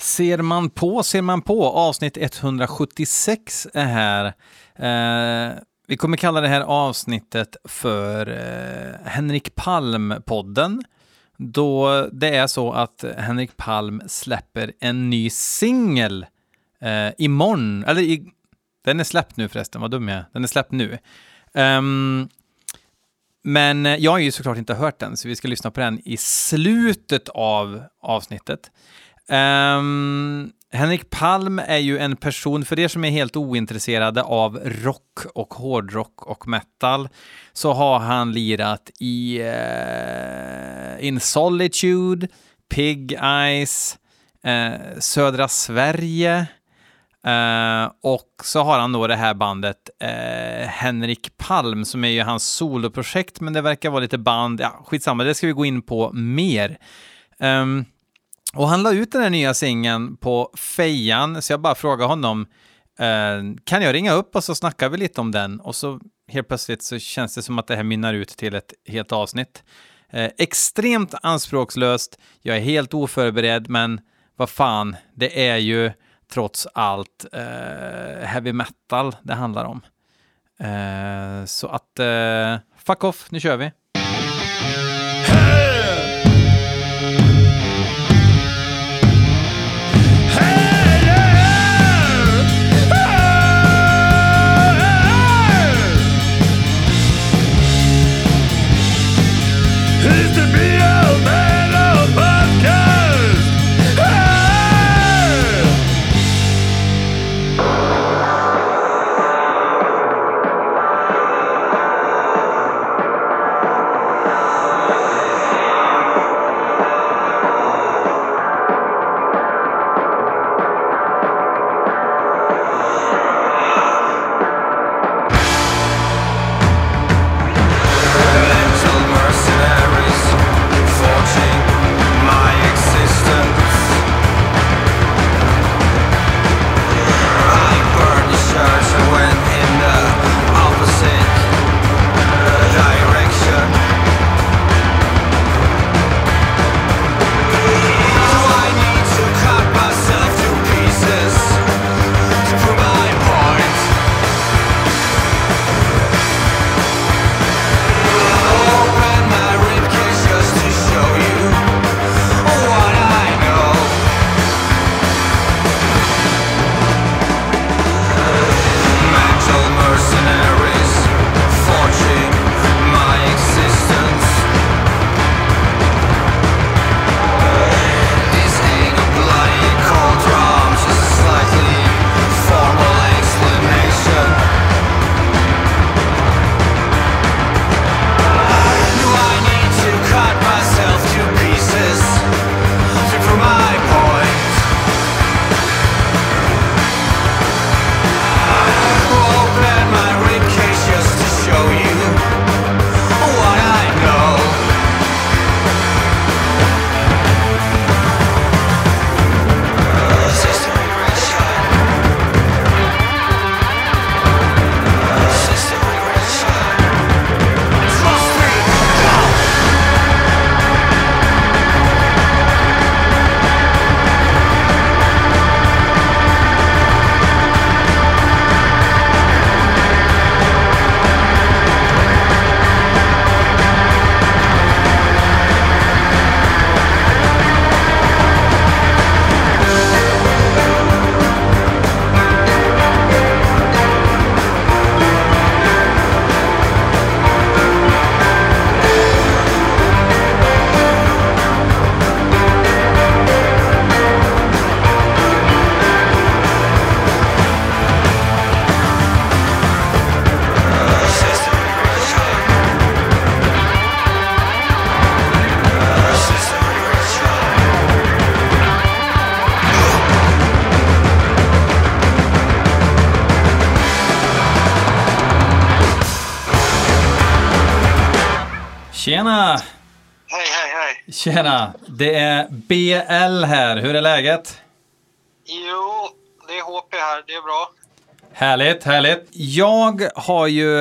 Ser man på, avsnitt 176 är här. Vi kommer kalla det här avsnittet för Henrik Palm-podden. Då det är så att Henrik Palm släpper en ny singel imorgon. Den är släppt nu förresten, vad dum jag är. Den är släppt nu. Men jag har ju såklart inte hört den, så vi ska lyssna på den i slutet av avsnittet. Henrik Palm är ju en person, för er som är helt ointresserade av rock och hårdrock och metal, så har han lirat i In Solitude, Pig Eyes, Södra Sverige, och så har han då det här bandet Henrik Palm, som är ju hans soloprojekt, men det verkar vara lite band, skitsamma, det ska vi gå in på mer. Och han la ut den här nya singeln på Fejan, så jag bara frågade honom, kan jag ringa upp och så snackar vi lite om den? Och så helt plötsligt så känns det som att det här mynnar ut till ett helt avsnitt. Extremt anspråkslöst, jag är helt oförberedd, men vad fan, det är ju trots allt heavy metal det handlar om. Så att fuck off, nu kör vi. Tjena! Hej. Tjena, det är BL här. Hur är läget? Jo, det är HP här. Det är bra. Härligt. Jag har ju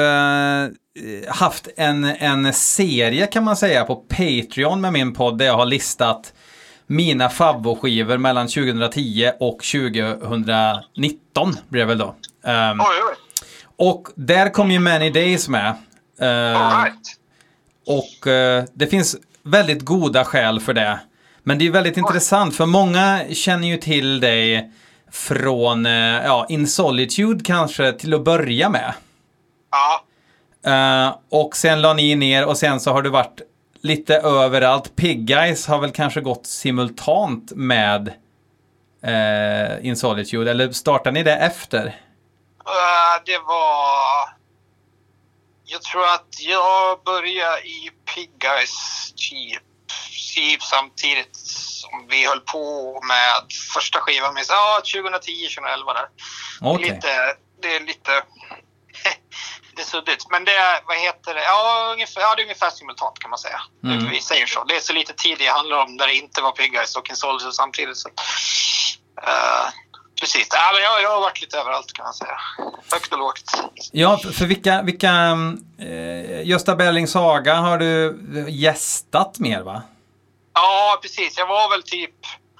haft en serie kan man säga på Patreon med min podd där jag har listat mina favvoskivor mellan 2010 och 2019 blir det väl då. Oj. Och där kom ju Many Days med. All right. Och det finns väldigt goda skäl för det. Men det är väldigt intressant, för många känner ju till dig från In Solitude kanske till att börja med. Ja. Och sen la ni ner och sen så har du varit lite överallt. Pig Guys har väl kanske gått simultant med In Solitude, eller startade ni det efter? Det var... Jag tror att jag började i Pig Guys typ samtidigt som vi höll på med första skivan. 2010-2011 där. Okay. Det är lite suddigt. Men det är, vad heter det? Det är ungefär simultant kan man säga. Vi säger så. Det är så lite tid det handlar om där det inte var Pig Guys och In Solitude samtidigt. Så, precis. Men jag har varit lite överallt kan man säga. Högt och lågt. Ja, för vilka Gösta Berlings Saga har du gästat mer, va? Ja, precis. Jag var väl typ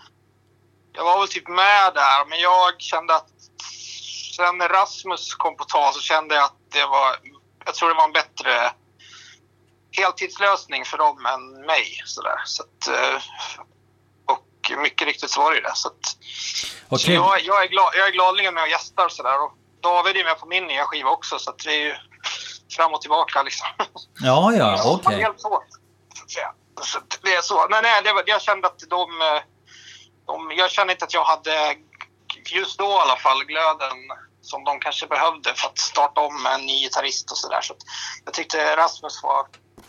med där, men jag kände att sen när Rasmus kom på tal så kände jag att jag tror det var en bättre heltidslösning för dem än mig. Så att, och mycket riktigt så var det så att, okay. Så jag är gladligen med och gästar sådär, och David är med på min nya skiva också, så att vi är ju fram och tillbaka liksom. Ja, okej. Okay. Så det är så. Nej, jag kände att jag kände inte att jag hade just då i alla fall glöden som de kanske behövde för att starta om en ny gitarrist och sådär. Så jag tyckte Rasmus var...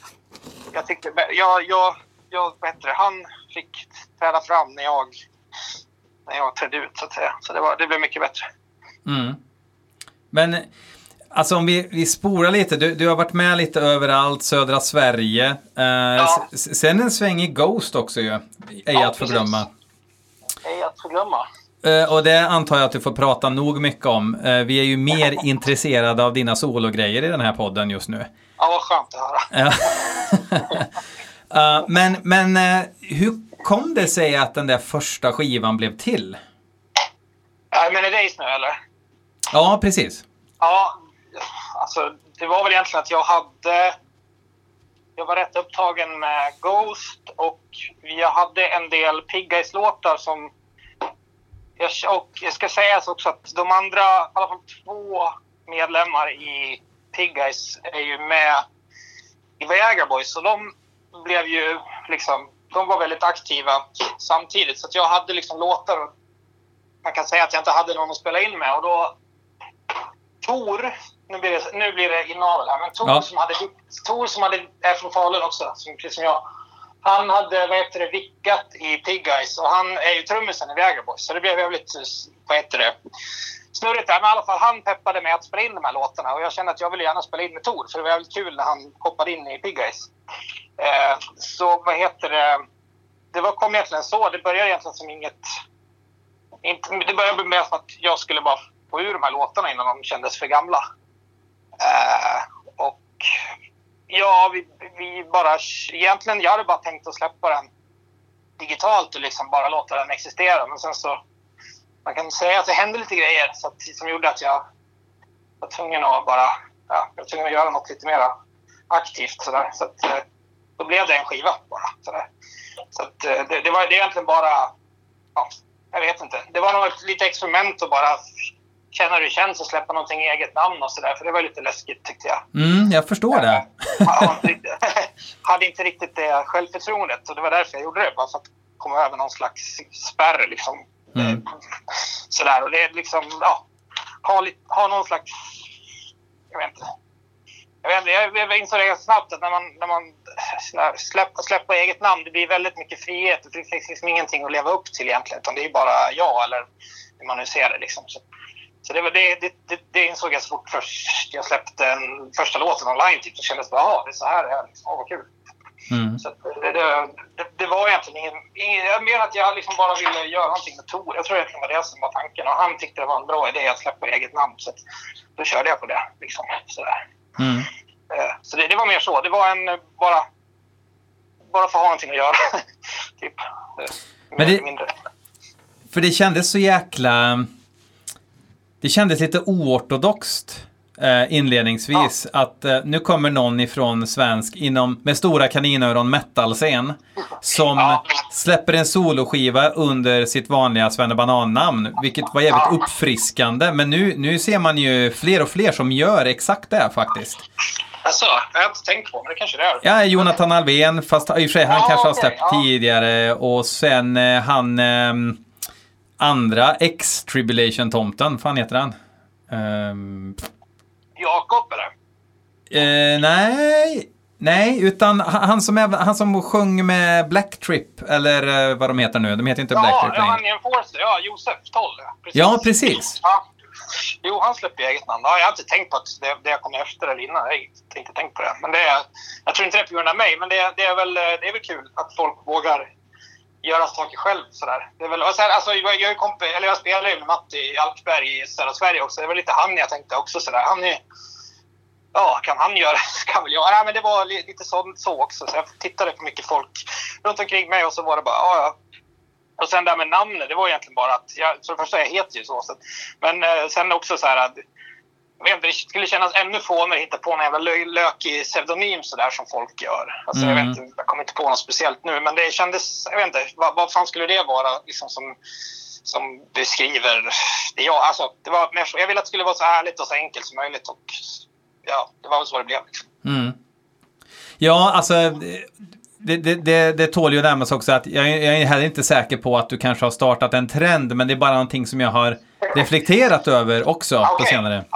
han fick träda fram när jag trädde ut, så att säga. Så det blev mycket bättre. Mm. Men alltså om vi sporar lite, du har varit med lite överallt, södra Sverige. Sen en sväng i Ghost också ju. Ej att förglömma. Och det antar jag att du får prata nog mycket om. Vi är ju mer intresserade av dina sologrejer i den här podden just nu. Ja, vad skönt att höra. Men hur kom det sig att den där första skivan blev till? Men är det nu eller? Ja, precis. Ja, alltså det var väl egentligen att jag var rätt upptagen med Ghost, och jag hade en del Pig Guys-låtar som jag ska säga också att de andra, i alla fall 2 medlemmar i Pig Guys är ju med i Viagra Boys, så de blev ju liksom, de var väldigt aktiva samtidigt, så att jag hade liksom låtar, man kan säga att jag inte hade någon att spela in med, och då Tor, nu blir det inavel här, men Tor som är från Falun också, precis som jag. Han hade, vickat i Pig Guys, och han är ju trummisen i Viagra Boys, så det blev väldigt, snurrigt där. Men i alla fall, han peppade mig att spela in de här låtarna, och jag kände att jag ville gärna spela in med Tor, för det var väldigt kul när han hoppade in i Pig Guys. Så det kom egentligen så, det började egentligen som det började med att jag skulle bara få ur de här låtarna innan de kändes för gamla. Och ja, vi bara... Egentligen, jag hade bara tänkt att släppa den digitalt och liksom bara låta den existera. Men sen så... Man kan säga att det hände lite grejer som gjorde att jag var tvungen att bara... Ja, jag var tvungen att göra något lite mer aktivt sådär. Så att då blev det en skiva bara. Sådär. Så att det var egentligen bara... Ja, jag vet inte. Det var nog ett lite experiment att bara... Känna hur det känns att släppa någonting i eget namn och sådär. För det var lite läskigt tyckte jag. Jag förstår det. Hade inte riktigt det självförtroendet. Och det var därför jag gjorde det. Bara för att komma över någon slags spärr liksom. Sådär. Och det är liksom, ha någon slags... Jag vet inte. Jag insåg det snabbt att när man släpper eget namn, det blir väldigt mycket frihet. Det finns liksom ingenting att leva upp till egentligen. Utan det är bara jag eller hur man nu ser det liksom. Så det insåg jag så fort jag släppte den första låten online. Typ, så kändes det bara, det är så här det är. Liksom, vad kul. Så det var egentligen ingen, mer att jag liksom bara ville göra någonting med Tor. Jag tror egentligen var det som var tanken. Och han tyckte det var en bra idé att släppa eget namn. Så då körde jag på det. Liksom, sådär. Så det var mer så. Det var bara för att ha någonting att göra. Typ. Men för det kändes så jäkla... Det kändes lite oortodoxt inledningsvis att nu kommer någon ifrån svensk med stora kaninöron metal-scen som släpper en soloskiva under sitt vanliga Svennebanan-namn, vilket var jävligt uppfriskande. Men nu ser man ju fler och fler som gör exakt det faktiskt. Alltså, jag har inte tänkt på, men det kanske det är. Ja, Jonathan Alvén, fast i och för sig han kanske har släppt tidigare. Och sen han andra X-Tribulation-tomten, fan heter han? Jakob eller? Nej, utan han som sjöng med Black Trip, eller vad de heter nu. De heter inte Black Trip. Ja, han är en Enforcer, Josef Toll. Precis. Ja, precis. Ja. Jo, han släpper eget namn. Ja, jag har inte tänkt på att det kommer efter eller innan. Jag har inte tänkt på det. Men jag tror inte det är på grund av mig. Men det är väl kul att folk vågar göra saker själv sådär. Det är väl, alltså, jag spelar ju med Matti i Alkberg i södra Sverige också. Det var lite han jag tänkte också sådär. Han är... Ja, kan han göra kan väl jag. Nej, men det var lite så också. Så jag tittade på mycket folk runt omkring mig och så var det bara, ja. Och sen där med namnet, det var egentligen bara att, för det första jag heter ju så. Men sen också så här att, jag vet inte, det skulle kännas ännu fånigt att hitta på en jävla lökig pseudonym sådär som folk gör. Alltså jag vet inte, jag kommer inte på något speciellt nu, men det kändes, jag vet inte, vad fan skulle det vara liksom som beskriver det alltså det var mer så, jag ville att det skulle vara så ärligt och så enkelt som möjligt och ja, det var väl så det blev liksom. Ja, alltså det tål ju närmast också att jag är heller inte säker på att du kanske har startat en trend, men det är bara någonting som jag har reflekterat över också på senare.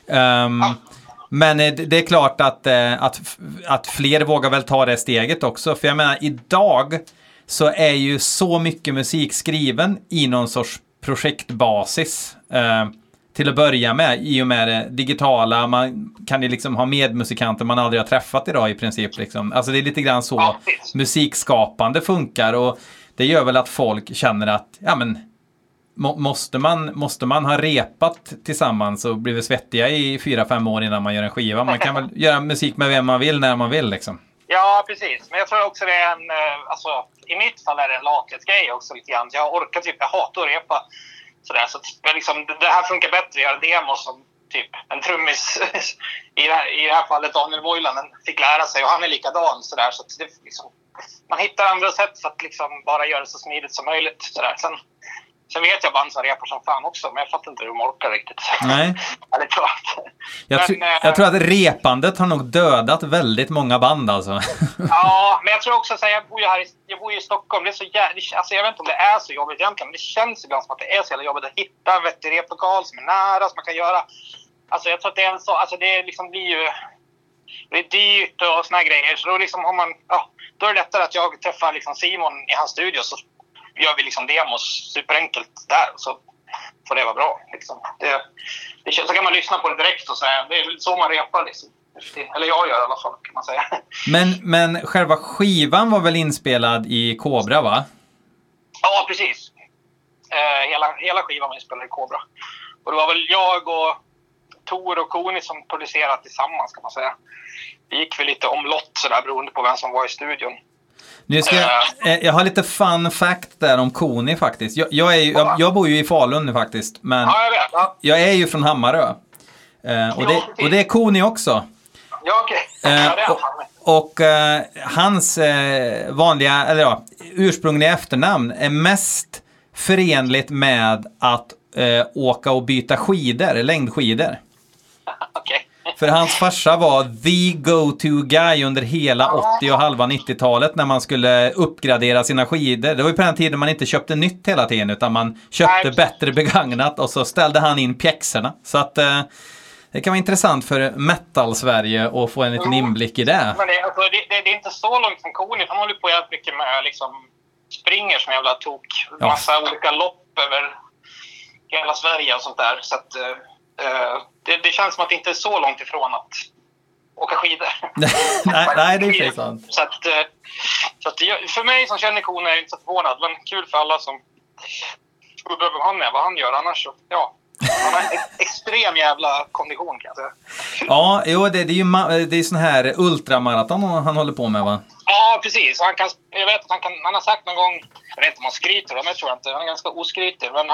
Men det är klart att fler vågar väl ta det steget också, för jag menar idag så är ju så mycket musik skriven i någon sorts projektbasis till att börja med, i och med det digitala. Man kan ju liksom ha medmusikanter man aldrig har träffat idag i princip liksom. Alltså det är lite grann så musikskapande funkar, och det gör väl att folk känner att ja men måste man ha repat tillsammans och blivit svettiga i 4-5 år innan man gör en skiva. Man kan väl göra musik med vem man vill när man vill liksom. Ja, precis. Men jag tror också det är en, alltså i mitt fall är det en lakhetsgrej också lite grann. Jag orkar typ, jag hatar att repa sådär, så att liksom, det här funkar bättre att göra demos som typ en trummis i det här fallet Daniel Voilanen fick lära sig, och han är likadan sådär, så att det liksom, man hittar andra sätt för att liksom bara göra det så smidigt som möjligt sådär. Sen vet jag band som repar som fan också, men jag fattar inte hur de orkar riktigt. Nej. Ja, det tror jag. Jag tror att repandet har nog dödat väldigt många band alltså. Ja, men jag tror också att jag bor ju i Stockholm. Det är så jävligt, alltså jag vet inte om det är så jobbigt egentligen, men det känns ibland som att det är så jävla jobbigt att hitta en vettig replokal som är nära, som man kan göra. Alltså jag tror att det är en så, alltså det liksom blir ju, det är dyrt och såna grejer, så då liksom har man, då är det lättare att jag träffar liksom Simon i hans studio, så gör vi liksom demos superenkelt där, så får det vara bra liksom. Så kan man lyssna på det direkt och säga, det är så man repar liksom. Eller jag gör i alla fall, kan man säga. Men själva skivan var väl inspelad i Cobra, va? Ja, precis. Hela skivan var inspelad i Cobra. Och det var väl jag och Tor och Koni som producerade tillsammans, kan man säga. Det gick väl lite omlott sådär beroende på vem som var i studion. Nu ska jag har lite fun fact där om Koni faktiskt. Jag bor ju i Falun nu faktiskt, men jag vet, jag är ju från Hammarö. Och det är Koni också. Ja, okej. Och hans vanliga, eller ursprungliga efternamn är mest förenligt med att åka och byta skidor, längdskidor. Okej. För hans farsa var the go-to guy under hela 80- och halva 90-talet när man skulle uppgradera sina skidor. Det var ju på den tiden man inte köpte nytt hela tiden, utan man köpte bättre begagnat, och så ställde han in pjäxorna. Så att det kan vara intressant för Metal-Sverige att få en liten inblick i det. Men det är inte så långt från Koni. Han håller på jävligt mycket med liksom springer som jävla tok. Massa olika lopp över hela Sverige och sånt där. Så att det känns som att det inte är så långt ifrån att åka skidor. nej, det är inte sant. Så att för mig som känner Koni är jag inte så förvånad. Men kul för alla som undrar vem han är, vad han gör annars. Så, ja. Han har en extrem jävla kondition, kan jag säga. Ja, jo, det är ju det är sån här ultramaraton han håller på med, va? Ja, precis. Jag vet att han har sagt någon gång, jag vet inte om han skryter om, jag tror inte, han är ganska oskrytig, men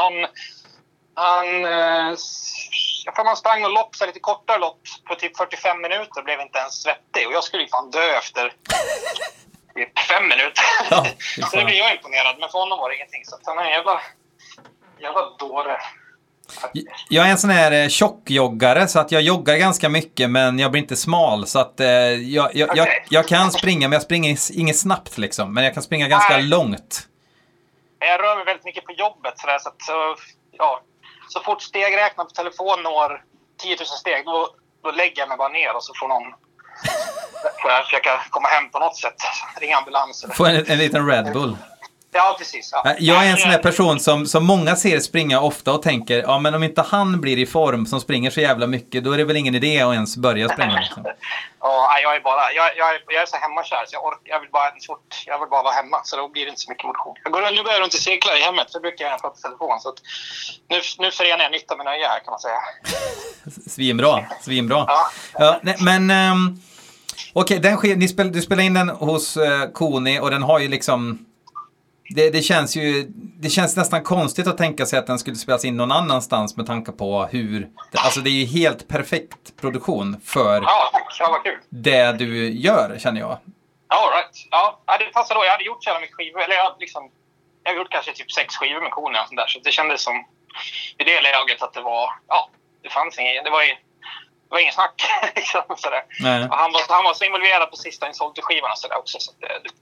man sprang och lopp, så lite kortare lopp på typ 45 minuter, blev inte ens svettig, och jag skulle ju fan dö efter 5 minuter. Ja, så det blir jag imponerad, men för honom var det ingenting, så han är en jävla dåre. Jag är en sån här tjockjoggare, så att jag joggar ganska mycket, men jag blir inte smal, så att jag kan springa, men jag springer inget snabbt liksom, men jag kan springa ganska långt. Jag rör mig väldigt mycket på jobbet så så fort stegräknaren på telefon når 10 000 steg, då lägger jag mig bara ner, och så får jag försöka komma hem på något sätt, ringa ambulans eller. Få en liten Red Bull. Ja, precis. Ja. Jag är en sån här person som många ser springa ofta och tänker, ja, men om inte han blir i form som springer så jävla mycket, då är det väl ingen idé att ens börja springa. Liksom. Ja, jag är så hemmakär, så jag vill bara vara hemma, så då blir det inte så mycket motion. Nu går jag runt och cyklar i hemmet, så brukar jag prata telefon, så att nu förenar jag nytta med nöje här, kan man säga. Svinbra. Ja, men okej, du spelar in den hos Koni, och den har ju liksom det känns nästan konstigt att tänka sig att den skulle spelas in någon annanstans med tanke på alltså det är ju helt perfekt produktion för vad kul. Det du gör, känner jag. Ja, right. Ja, det passar då. Jag hade gjort så mycket skivor, eller jag har gjort kanske typ 6 skivor med Koni och sånt där, så det kändes som i det läget att det var, det fanns inget, det var ingen snack liksom, sådär. Och han var så involverad på sista Insolti-skivan så där också, så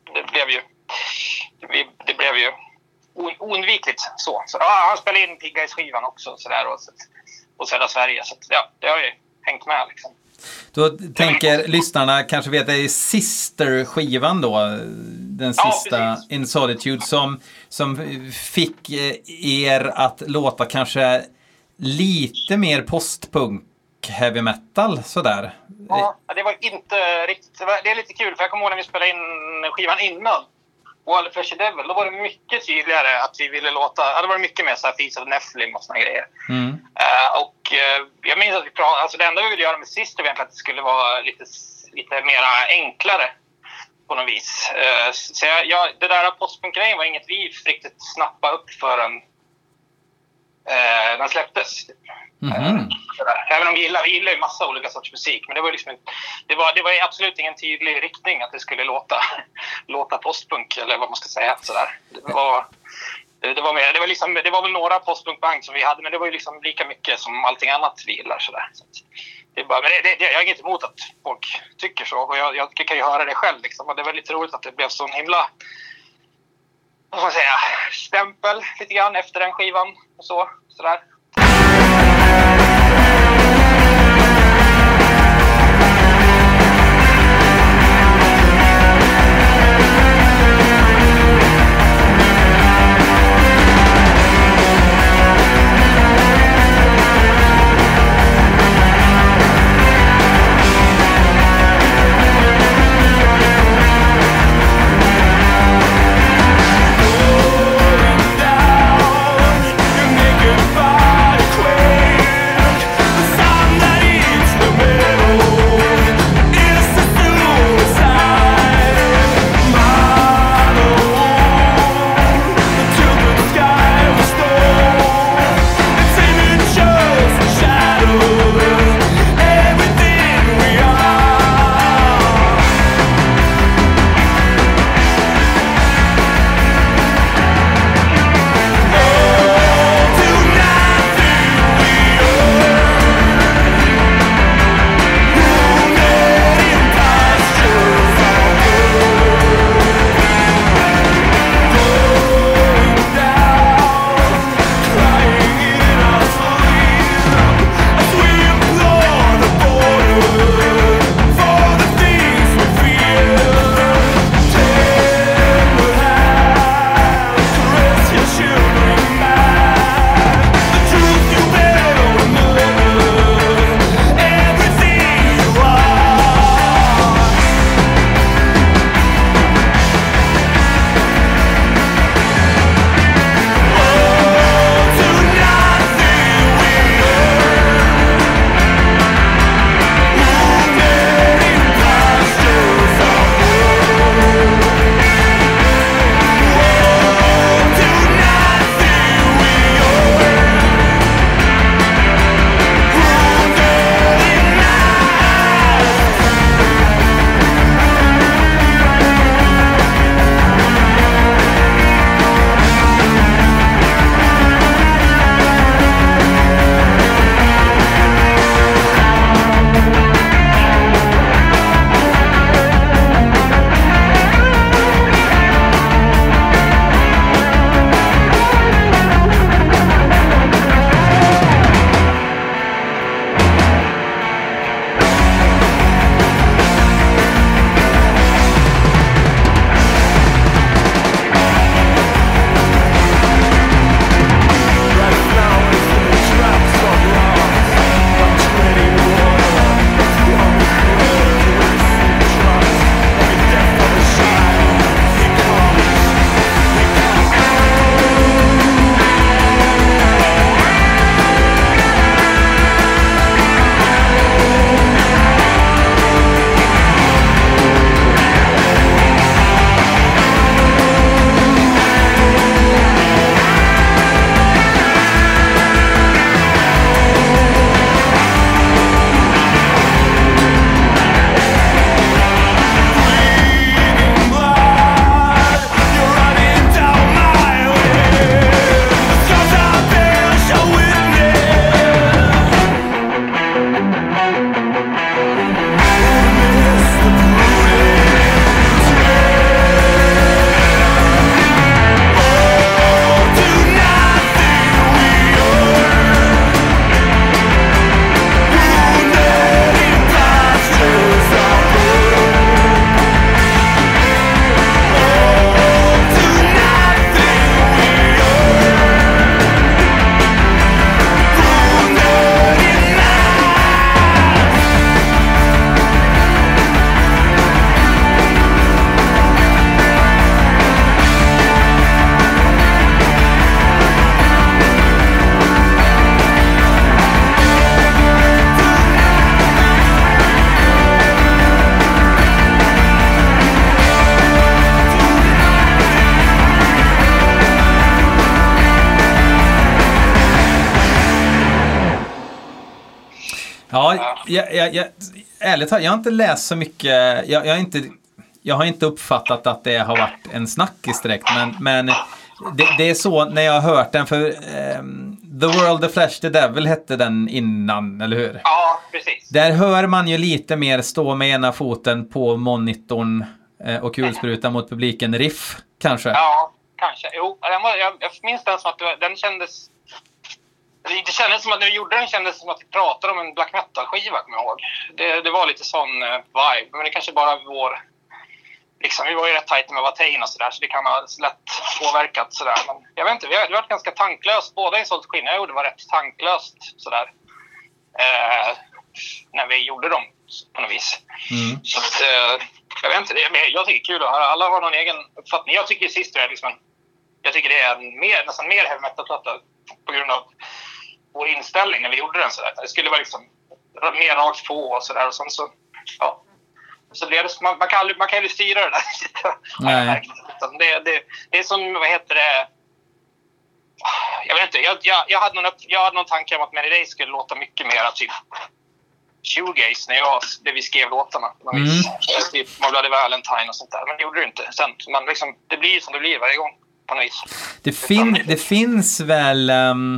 det blev ju oundvikligt så. Han spelade in Pigga i skivan också så där, och Södra Sverige, så det har ju hängt med liksom. Då tänker lyssnarna kanske vet, det är Sister-skivan då, den sista In Solitude, som fick er att låta kanske lite mer postpunk heavy metal sådär. Ja, det var inte riktigt. Det är lite kul, för jag kommer ihåg när vi spelade in skivan innan Wall of Flesh Devil, då var det mycket tydligare att vi ville låta, det var mycket mer så här Feast of Nephilim och såna grejer. Jag minns att vi pratade, alltså det enda vi ville göra med Sister var att det skulle vara lite mer enklare på något vis. Så det där postpunk-grejen var inget vi riktigt snappade upp förrän den släpptes. Även om vi gillar ju massa olika sorts musik, men det var liksom det var absolut ingen tydlig riktning att det skulle låta postpunk, eller vad man ska säga sådär. Det var väl några postpunkband som vi hade, men det var ju liksom lika mycket som allting annat vi gillar sådär. Så det är bara, men jag är inte emot att folk tycker så, och jag kan ju höra det själv liksom, och det var lite roligt att det blev så en himla, vad ska man säga, stämpel lite grann efter den skivan och sådär. Ja, ärligt talat, jag har inte läst så mycket. Jag har inte uppfattat att det har varit en snackis direkt, men det är så när jag har hört den, för The World, The Flash, The Devil hette den innan, eller hur? Ja, precis. Där hör man ju lite mer stå med ena foten på monitorn och kulspruta mot publiken riff, kanske. Ja, kanske. Jo, jag minns den som att den kändes... Det kändes som att när vi gjorde den kändes som att vi pratade om en black metal-skiva, kommer jag ihåg. Det var lite sån vibe, men det kanske bara vår... Liksom, vi var ju rätt tajta med Watain och sådär, så det kan ha lätt påverkat sådär. Men jag vet inte, vi har varit ganska tanklöst. Båda Insult Queen jag gjorde var rätt tanklöst sådär. När vi gjorde dem på något vis. Så att, jag vet inte, jag tycker det är kul att höra. Alla har någon egen uppfattning. Jag tycker sist är liksom jag tycker det är nästan mer heavy metal-platta på grund av vår inställning när vi gjorde den sådär. Det skulle vara liksom mer rakt på och sådär. Och så, ja. Så blev det, man kan ju styra det där. Nej. Det är som, vad heter det? Jag vet inte, jag hade någon tanke om att Many Days skulle låta mycket mer typ shoegaze när vi skrev låtarna. Typ My Bloody Valentine och sånt där. Men det gjorde det inte. Sen, man liksom, det blir som det blir varje gång på något vis. Det finns väl...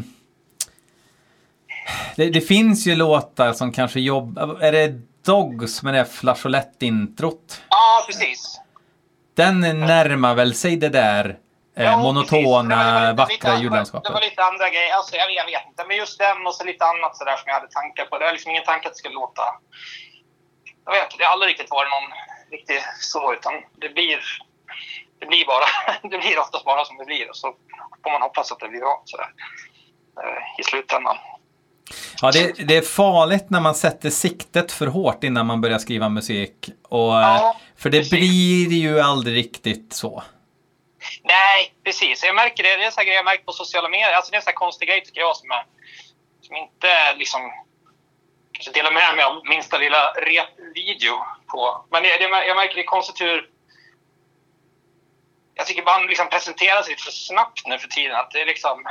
Det finns ju låtar som kanske jobbar... Är det Dogs med det flageolett-introt? Ja, precis. Den närmar väl sig det där monotona, vackra ljudlandskapet. Det var lite andra grejer. Alltså, jag vet inte. Men just den och så lite annat så där som jag hade tankar på. Det var liksom ingen tanke att det skulle låta... Jag vet inte. Det har aldrig riktigt varit någon riktigt så. Utan det blir bara... det blir oftast bara som det blir. Och så får man hoppas att det blir bra sådär. I slutändan. Ja, det är farligt när man sätter siktet för hårt innan man börjar skriva musik. För det blir ju aldrig riktigt så. Nej, precis. Jag märker det. Det är så här grejer jag märkt på sociala medier. Alltså det är en så här konstig grej tycker jag som inte liksom kanske delar med mig av minsta lilla repvideo på. Men jag märker det är konstigt hur jag tycker man liksom presenterar sig för snabbt nu för tiden. Att det är liksom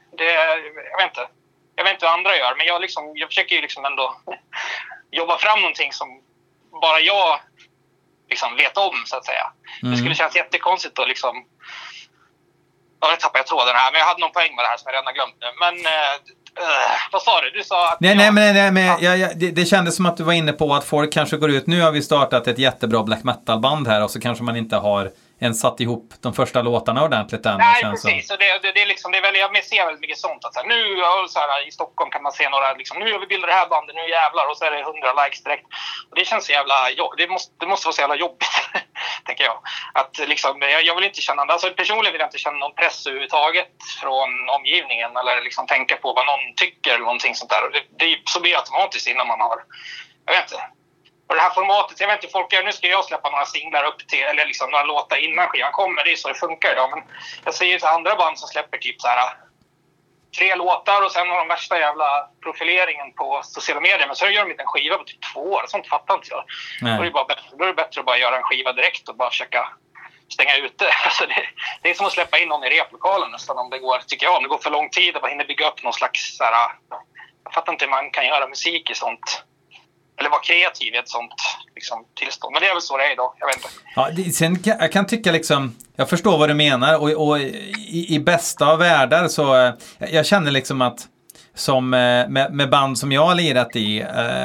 jag vet inte vad andra gör, men jag försöker ju liksom ändå jobba fram någonting som bara jag liksom vet om, så att säga. Det skulle kännas jättekonstigt då liksom... Ja, nu tappade jag tråden här, men jag hade någon poäng med det här som jag redan har glömt nu. Men vad sa du? Du sa att... Nej, det kändes som att du var inne på att folk kanske går ut... Nu har vi startat ett jättebra black metal-band här och så kanske man inte har ens satt ihop de första låtarna ordentligt än. Nej, precis. Så. Det är liksom, jag ser väldigt mycket sånt. Att nu så här, i Stockholm kan man se några, liksom, nu har vi bildat det här bandet, nu jävlar, och så är det 100 likes direkt. Och det känns så jävla, det måste vara så jävla jobbigt, tänker jag. Att liksom, jag vill inte känna, alltså personligen vill jag inte känna någon press överhuvudtaget från omgivningen eller liksom tänka på vad någon tycker eller någonting sånt där. Så blir det automatiskt innan man har, jag vet inte. Och det här formatet, jag vet inte, nu ska jag släppa några singlar upp till, eller liksom några låtar innan skivan kommer, det är så det funkar idag. Men jag ser ju till andra band som släpper typ så här 3 låtar och sen har de värsta jävla profileringen på sociala medier. Men så gör de inte en skiva på typ 2 år, sånt fattar inte jag. Då är det bättre att bara göra en skiva direkt och bara försöka stänga ute. Alltså det är som att släppa in någon i replokalen nästan, om det går, tycker jag. Om det går för lång tid och bara hinner bygga upp någon slags så här, jag fattar inte hur man kan göra musik i sånt. Eller vara kreativ i ett sånt liksom, tillstånd. Men det är väl så det är idag, jag vet inte. Ja, sen jag kan tycka liksom, jag förstår vad du menar. Och i bästa av världar så, jag känner liksom att som med band som jag har lirat i,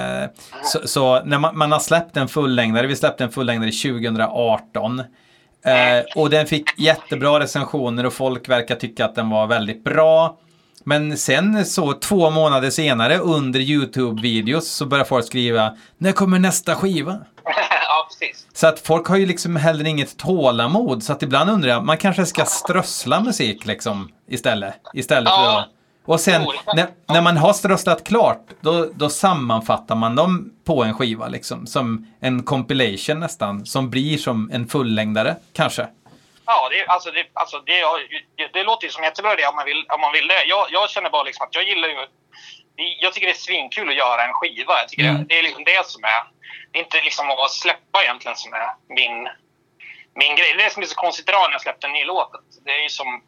så när man har släppt en fullängdare, vi släppte en fullängdare 2018. Och den fick jättebra recensioner och folk verkar tycka att den var väldigt bra. Men sen så 2 månader senare under YouTube-videos så börjar folk skriva, när kommer nästa skiva? Ja, precis. Så att folk har ju liksom heller inget tålamod. Så att ibland undrar jag, man kanske ska strössla musik liksom istället för att... Och sen när man har strösslat klart, då sammanfattar man dem på en skiva liksom. Som en compilation nästan, som blir som en fullängdare kanske. Ja, det låter ju som jättebra det om man vill det. Jag känner bara liksom att jag gillar ju... Jag tycker det är svinkul att göra en skiva. Jag tycker det är liksom det som är... Det är inte liksom att släppa egentligen som är min grej. Det är det som är så konstigt idag när jag släppte en ny låt. Det är ju som...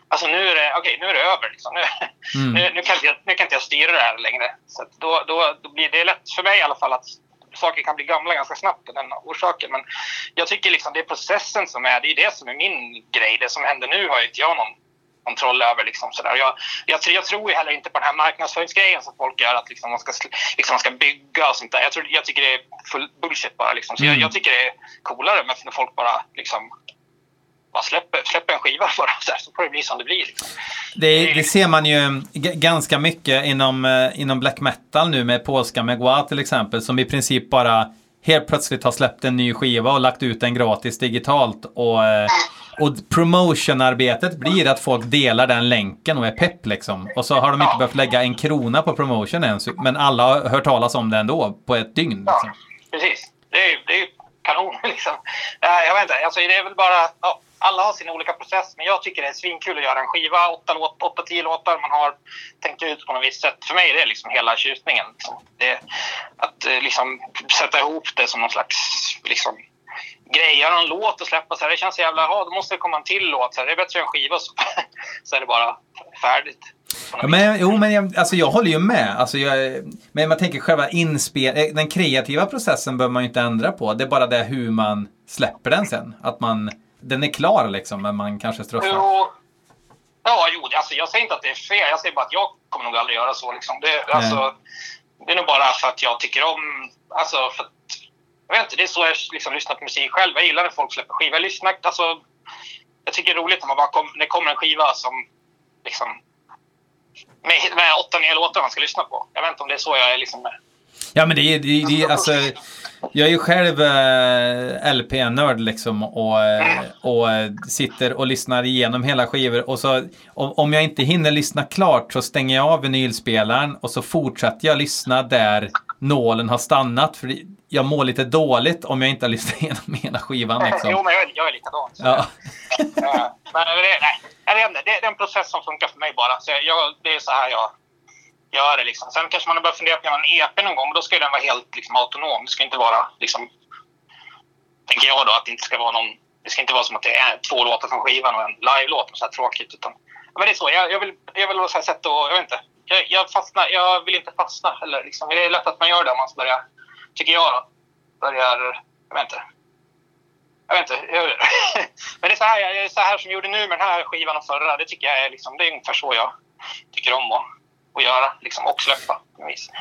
alltså nu är det över liksom. Nu kan inte jag styra det här längre. Så att då blir det lätt för mig i alla fall att saker kan bli gamla ganska snabbt av den orsaken. Men jag tycker liksom det är processen som är, det är det som är min grej. Det som händer nu har ju inte jag någon kontroll över liksom sådär. Jag tror ju heller inte på den här marknadsföringsgrejen som folk gör, att liksom man ska bygga och sånt där. Jag tycker det är full bullshit bara liksom. Så jag tycker det är coolare med när folk bara liksom bara släpper en skiva bara så får det bli som det blir liksom. Det ser man ju ganska mycket inom black metal nu med polska Megwa till exempel, som i princip bara helt plötsligt har släppt en ny skiva och lagt ut den gratis digitalt, och promotionarbetet blir att folk delar den länken och är pepp liksom. Och så har de inte behövt lägga en krona på promotion än, men alla har hört talas om det ändå på ett dygn liksom. Ja, precis. Det är ju kanon liksom. Jag vet inte, alltså det är väl bara alla har sin olika process, men jag tycker det är svinkul att göra en skiva, 8-10 låtar man har tänkt ut på något visst sätt. För mig är det liksom hela tjusningen liksom. Att liksom sätta ihop det som någon slags liksom grej, göra en låt och släppa så här, det känns jävla, då måste det komma en till låt så här, det är bättre än skiva så är det bara färdigt. Ja, men jag håller ju med. Alltså men man tänker själva den kreativa processen behöver man ju inte ändra på. Det är bara det hur man släpper den sen. Att den är klar liksom, men man kanske strössar. Alltså jag säger inte att det är fel. Jag säger bara att jag kommer nog aldrig göra så liksom. Det är nog bara för att jag tycker om, alltså för att, jag vet inte, det är så jag liksom lyssnar på musik själv. Jag gillar när folk släpper skiva. Jag tycker det är roligt när det kommer en skiva som liksom med 8-9 låtar man ska lyssna på. Jag vet inte om det är så jag är liksom med. Ja, men det är alltså, jag är ju själv LP-nörd liksom, och sitter och lyssnar igenom hela skivor, och så om jag inte hinner lyssna klart så stänger jag av vinylspelaren och så fortsätter jag lyssna där nålen har stannat, för jag mår lite dåligt om jag inte har lyssnat igenom hela skivan liksom. Jo, men jag är likadan. Ja. Men det är en process som funkar för mig bara. Så det är så här jag gör det liksom. Sen kanske man har börjat fundera på en EP någon gång, men då ska den vara helt liksom autonom. Det ska inte vara liksom, tänker jag då, att det inte ska vara det ska inte vara som att det är 2 låtar från skivan och en live-låt och så här tråkigt, utan men det är så, jag vill så här sätta, och jag vet inte, jag vill inte fastna eller liksom, det är lätt att man gör det om man börjar, tycker jag då, jag vet inte. Men det är så här som jag gjorde nu med den här skivan och förra, det tycker jag är liksom, det är ungefär så jag tycker om att göra liksom, och släppa på vis.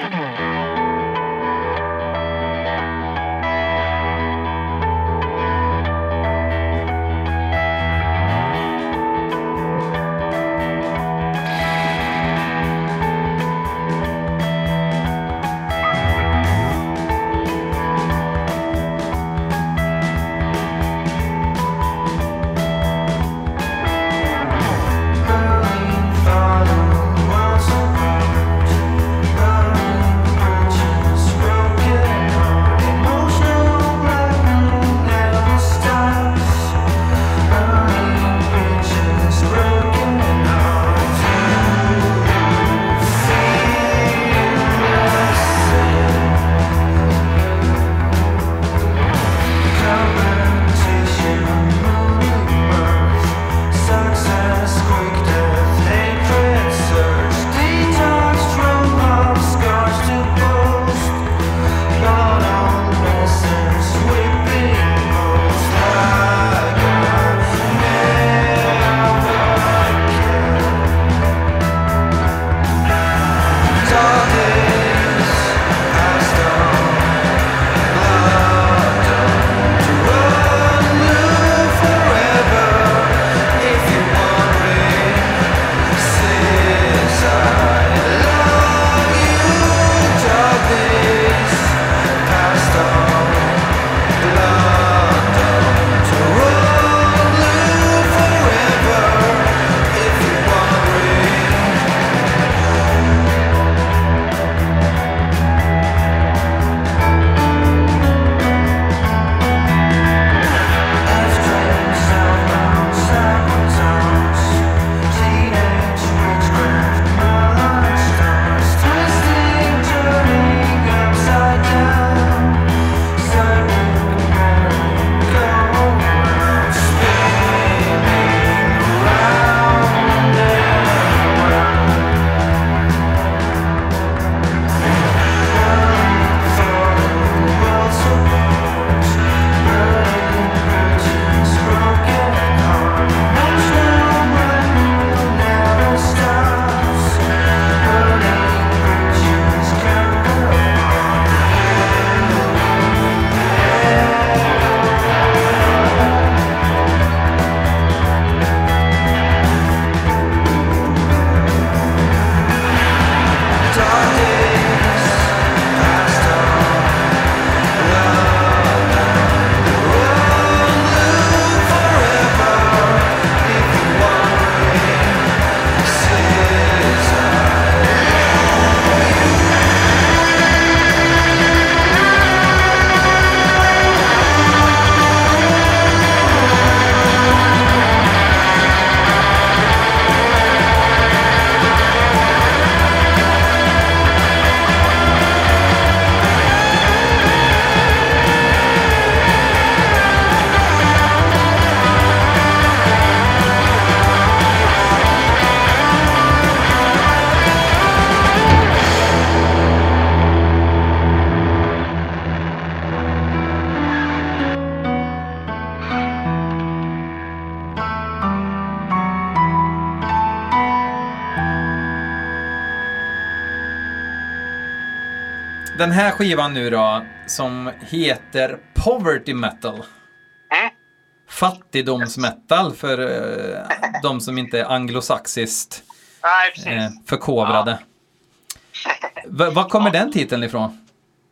den här skivan nu då, som heter Poverty Metal. Fattigdomsmetal för de som inte är anglosaxiskt förkovrade. Var kommer den titeln ifrån?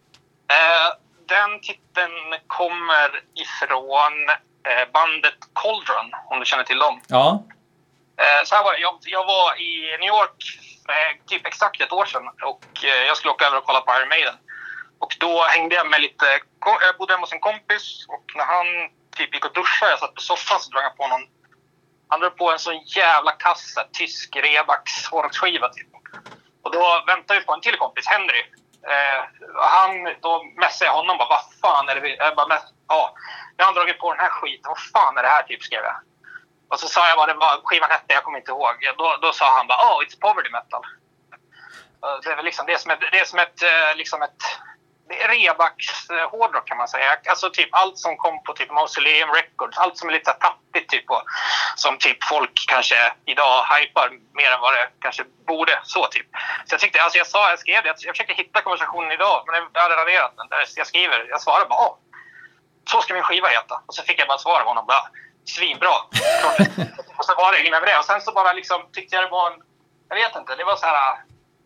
Den titeln kommer ifrån bandet Cauldron, om du känner till dem. Ja. Så här var det. Jag var i New York typ exakt ett år sedan och jag skulle åka över och kolla på Iron Maiden. Och då hängde jag med lite, jag bodde hemma hos en kompis och när han typ gick och duschade, jag satt på soffan så drog jag på han drog på en sån jävla kassa tysk Rebax hårdrocksskiva typ. Och då väntade vi på en till kompis, Henry. Då messade jag honom bara, vad fan är det jag bara, jag har dragit på den här skiten, vad fan är det här typ, skrev jag. Och så sa jag vad skivan hette, jag kommer inte ihåg. Då sa han bara, it's poverty metal. Det är väl liksom det är som ett Rebax hårdrock kan man säga. Alltså typ allt som kom på typ Mausoleum Records, allt som är lite tappigt typ och som typ folk kanske idag hypar mer än vad det kanske borde, så typ. Så jag tyckte, alltså jag skrev det, jag försökte hitta konversationen idag men jag hade raderat den där jag svarade bara, så ska min skiva heta. Och så fick jag bara svara på honom bara, svinbra. Och så var det inget med det. Och sen så bara liksom tyckte jag det var jag vet inte, det var så här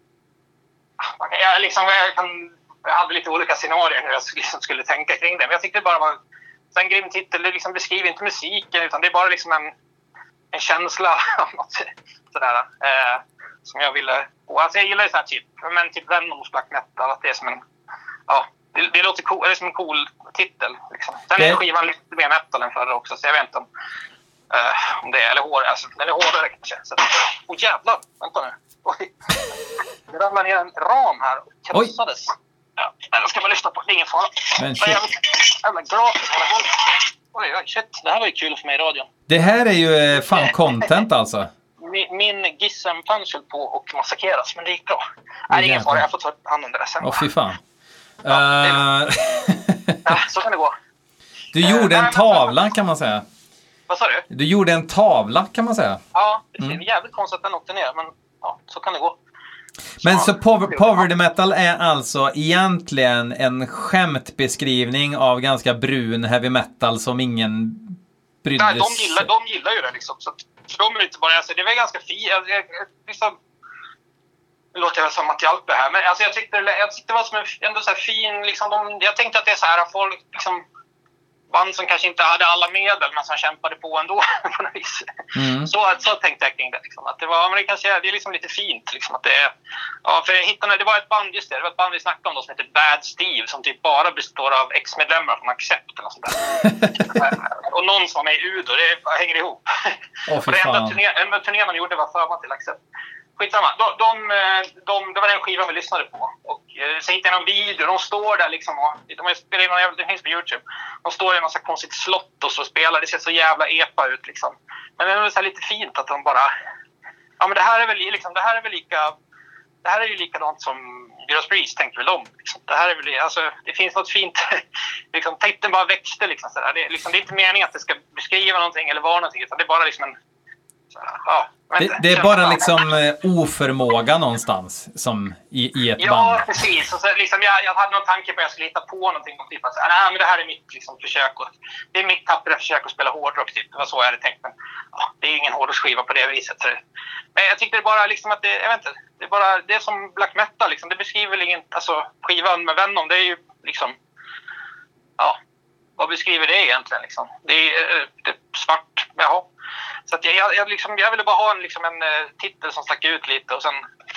jag hade lite olika scenarier hur jag liksom skulle tänka kring det. Men jag tyckte det bara var en grym titel. Det liksom beskriver inte musiken utan det är bara liksom en känsla av något sådär. Som jag ville. Och alltså jag gillar ju så här typ Venoms Black Metal. Att det är som en det låter cool, det är som en cool titel liksom. Sen är skivan lite mer metal än förra också. Så jag vet inte om det är eller den är hårdare kanske. Så jävlar, vänta nu. Oj. Det ramlade ner en ram här och krossades. Ja, den ska man lyfta på, det är ingen fara. Men jävla glas. Oj, shit, det här var ju kul för mig i radion. Det här är ju fan content alltså. Min Gissen-punch höll på och massakeras, men det gick bra. Nej, det är ingen fara, jag får ta hand om det där sen. Fy fan. Så kan det gå. Du gjorde en tavla kan man säga. Vad sa du? Du gjorde en tavla kan man säga. Ja, det är jävligt konstigt att den åkte ner, men så kan det gå. Men så poverty metal är alltså egentligen en skämtbeskrivning av ganska brun heavy metal som ingen brydde sig. Nej, de gillar ju det liksom. Så för de är inte bara, alltså, det var ganska fint. Liksom, det låter väl som att jag hjälper här. Men alltså, jag tyckte det var som ändå så här fin, liksom, jag tänkte att det är så här folk liksom, band som kanske inte hade alla medel men som kämpade på ändå på något vis. Så tänkte jag kring det liksom, att det är liksom lite fint liksom, att det är för jag hittade det var ett band vi snackade om då, som heter Bad Steve som typ bara består av ex-medlemmar från Accept eller sånt där. Och någon som är i Udo, det hänger ihop. Och det enda turnén man gjorde var förman till Accept. Skitsamma. Det var den skivan vi lyssnade på. Och så hittade jag någon video. De står där liksom. De har spelat in någon, det finns på YouTube. De står i en massa konstigt slott och så spelar. Det ser så jävla epa ut liksom. Men det är så här lite fint att de bara... Ja, men det här är väl liksom... Det här är ju likadant som Judas Priest, tänker väl de. Liksom. Det här är väl... Alltså, det finns något fint... liksom, titeln bara växte liksom. Så där. Det är inte meningen att det ska beskriva någonting eller vara någonting. Utan det är bara liksom en... Det är bara liksom oförmåga någonstans som i ett band. Ja, precis. Och så, liksom, jag hade någon tanke på att jag skulle hitta på någonting. Typ att men det här är mitt liksom, försök. Det är mitt tappra försök att spela hårdrock. Typ. Det var så jag hade tänkt. Men det är ingen hårdrocksskiva på det viset. Så. Men jag tyckte det bara liksom att jag vet inte. Det är som black metal. Liksom. Det beskriver väl inte... Alltså, skivan med Venom, det är ju liksom... Ja, vad beskriver det egentligen? Liksom? Det är svart. Jaha. Så att jag ville bara ha en titel som stack ut lite och sen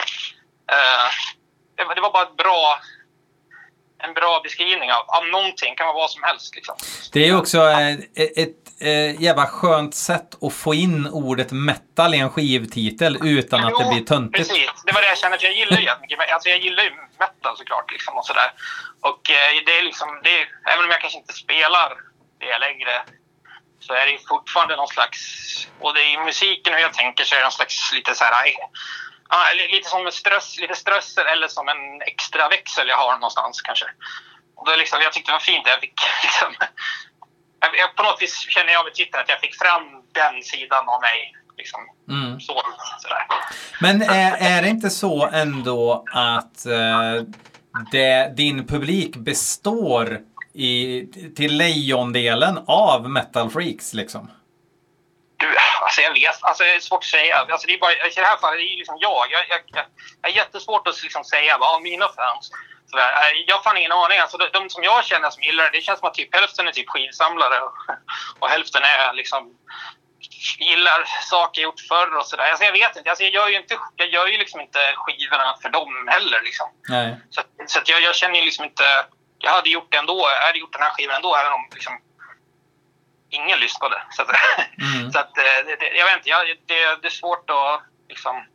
det var bara en bra beskrivning av någonting, kan vara vad som helst liksom. Det är också ett jävla skönt sätt att få in ordet metal i en skivtitel utan att det blir töntigt. Precis, det var det jag kände, för jag gillar ju alltså jag gillar ju metal såklart liksom och sådär. Och det är liksom även om jag kanske inte spelar det längre, så är det fortfarande någon slags... Och det är i musiken hur jag tänker så är det någon slags lite så här... lite som lite strössel eller som en extra växel jag har någonstans kanske. Och då liksom, jag tyckte det var fint. Jag fick liksom... på något vis känner jag med titeln att jag fick fram den sidan av mig. Liksom. Sådär. Men är det inte så ändå att... din publik består till lejondelen av metal freaks liksom? Alltså jag vet, alltså det är svårt att säga. Alltså det är bara, i det här fallet, det är liksom jag är jättesvårt att liksom säga vad mina fans. Jag har fan ingen aning. Alltså de som jag känner som gillar det känns som att typ hälften är typ skivsamlare och hälften är liksom gillar saker gjort förr och sådär. Alltså jag vet inte. Alltså jag gör ju liksom inte skivorna för dem heller liksom. Nej. Så att jag känner ju liksom inte. Jag hade gjort det ändå. Jag hade gjort den här skivan ändå även om liksom ingen lyssnade. Så att, så att jag vet inte. Det är svårt att liksom.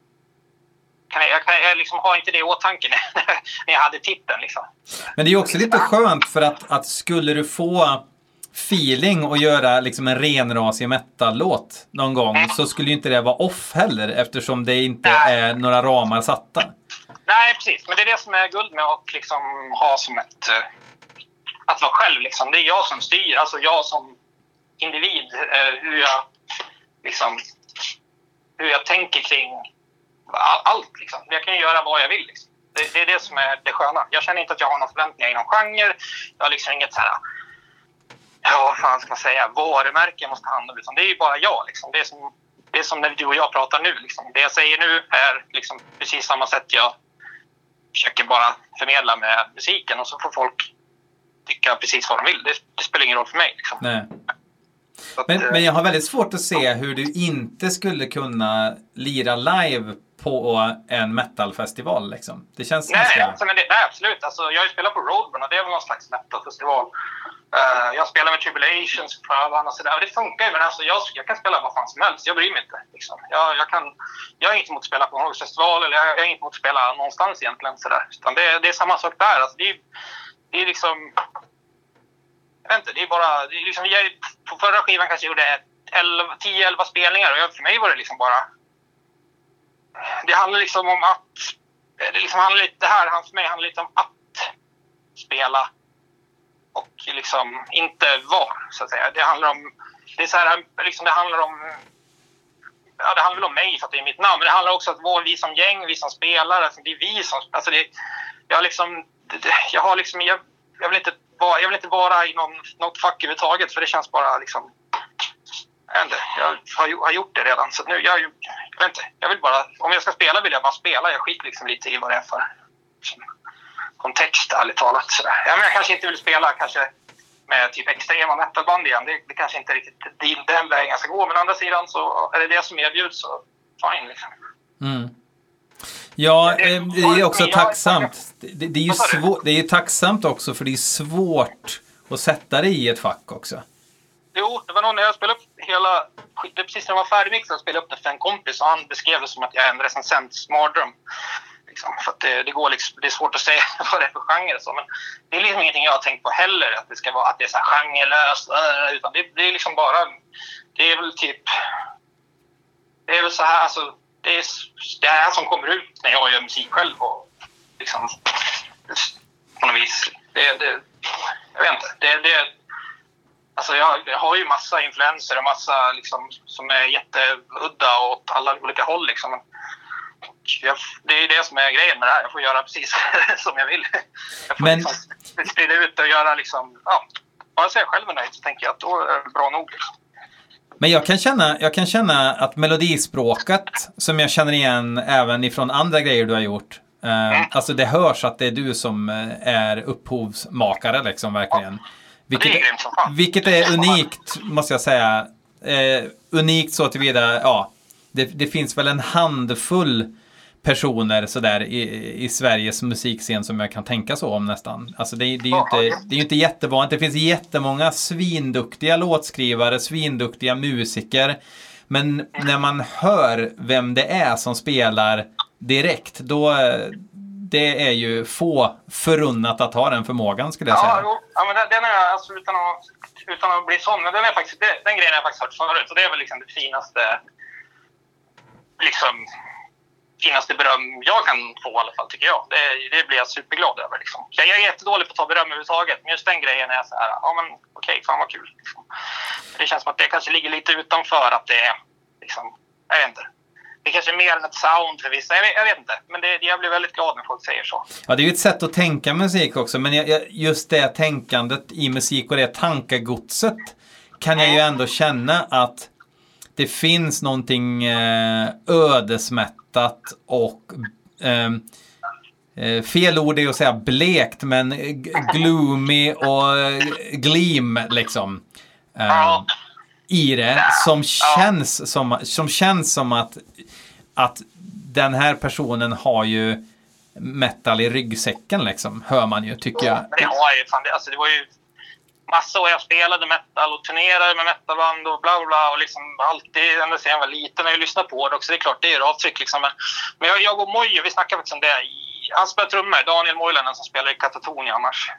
Jag liksom har inte det i åtanke när jag hade titeln liksom. Men det är ju också lite skönt för att skulle du få feeling och göra liksom en renrasig metal-låt någon gång så skulle ju inte det vara off heller eftersom det inte är några ramar satta. Nej, precis. Men det är det som är guld med att liksom ha som att vara själv liksom. Det är jag som styr, alltså jag som individ, hur jag tänker kring allt liksom. Jag kan ju göra vad jag vill liksom. Det är det som är det sköna. Jag känner inte att jag har någon förväntningar i någon genre. Jag har liksom inget så här, vad fan ska man säga, varumärke jag måste handla utan det är ju bara jag liksom. Det är som när du och jag pratar nu liksom. Det jag säger nu är liksom precis samma sätt jag försöker bara förmedla med musiken och så får folk tycka precis vad de vill. Det spelar ingen roll för mig liksom. Nej. Men jag har väldigt svårt att se hur du inte skulle kunna lira live på en metalfestival liksom. Det känns nej, absolut. Alltså, jag har ju spelat på Roadburn och det är väl någon slags metalfestival. Jag spelar med Tribulations och sådär. Och det funkar ju, men alltså, jag kan spela vad fan som helst. Jag bryr mig inte. Liksom. Jag är inte emot att spela på en festival eller jag är inte emot att spela någonstans egentligen. Sådär. Utan det är samma sak där. Alltså, det är liksom... Jag vet inte, det är bara... Det är liksom, på förra skivan kanske jag gjorde 10-11 spelningar och för mig var det liksom bara... Det handlar liksom om att... För mig handlar lite om att spela och liksom inte var, så att säga. Det handlar om... Det är så här, liksom det handlar om... Ja, det handlar väl om mig för att det är mitt namn. Men det handlar också om att vi som gäng, vi som spelar, alltså det är vi som... Alltså det... Jag liksom... Jag har liksom... Jag vill inte vara i något fack överhuvudtaget för det känns bara liksom... Jag har gjort det redan så nu jag vet inte, jag vill bara om jag ska spela vill jag bara spela. Jag skiter liksom lite i vad det är för kontext ärligt talat sådär. Ja, men jag kanske inte vill spela kanske med typ extrema metalband igen. Det kanske inte riktigt den vägen jag ska gå, men å andra sidan så är det som erbjuds så fine liksom. Mm. Ja, det är också tacksamt. Det är ju tacksamt också för det är svårt att sätta det i ett fack också. Jo, det var någon när jag spelade upp det precis när jag var färdigmixad och spelade upp det för en kompis och han beskrev det som att jag är en recensent smardrum. Liksom, för att det går liksom, det är svårt att säga vad det är för genre så, men det är liksom ingenting jag har tänkt på heller att det ska vara att det är så här genrelöst utan det är liksom bara det är väl typ det är väl så här alltså det är det här som kommer ut när jag gör musik själv och liksom på något vis jag vet inte det alltså jag har ju massa influenser och massa liksom som är jätteudda åt alla olika håll liksom. Det är det som är grejen med det här. Jag får göra precis som jag vill. Jag får liksom sprida ut och göra liksom, bara så jag själv är nöjd så tänker jag att då är det bra nog liksom. Men jag kan känna att melodispråket som jag känner igen även ifrån andra grejer du har gjort alltså det hörs att det är du som är upphovsmakare liksom verkligen. Vilket är unikt måste jag säga. Unikt så tillvida, det finns väl en handfull personer sådär i Sveriges musikscen som jag kan tänka så om nästan. Alltså det är ju inte jättevanligt. Det finns jättemånga svinduktiga låtskrivare, svinduktiga musiker. Men när man hör vem det är som spelar direkt, då det är ju få förunnat att ha den förmågan skulle jag säga. Ja, men den är jag alltså utan att bli sån. Men den grejen har jag faktiskt hört förut. Och det är väl liksom det finaste beröm jag kan få i alla fall tycker jag. Det blir jag superglad över liksom. Jag är jättedålig på att ta beröm överhuvudtaget. Men just den grejen är så här, okej, fan vad kul. Liksom. Det känns som att det kanske ligger lite utanför att det är liksom, jag vet inte. det kanske är mer än ett sound för vissa. Jag vet inte. Men jag blir väldigt glad när folk säger så. Ja, det är ju ett sätt att tänka musik också. Men just det tänkandet i musik och det tankegodset kan jag ju ändå känna att det finns någonting ödesmättat och fel ord är att säga blekt, men gloomy och gleam liksom i det som känns som att den här personen har ju metal i ryggsäcken liksom, hör man ju, tycker jag. Det har ju fan, alltså det var ju massa år jag spelade metal och turnerade med metalband och bla bla och liksom alltid ända sedan jag var liten när jag lyssnade på det också. Det är klart, det är ju avtryck liksom. Men jag och Mojo, vi snackade faktiskt om det. Han spelar trummor, Daniel Moilanen som spelar i Katatonia annars.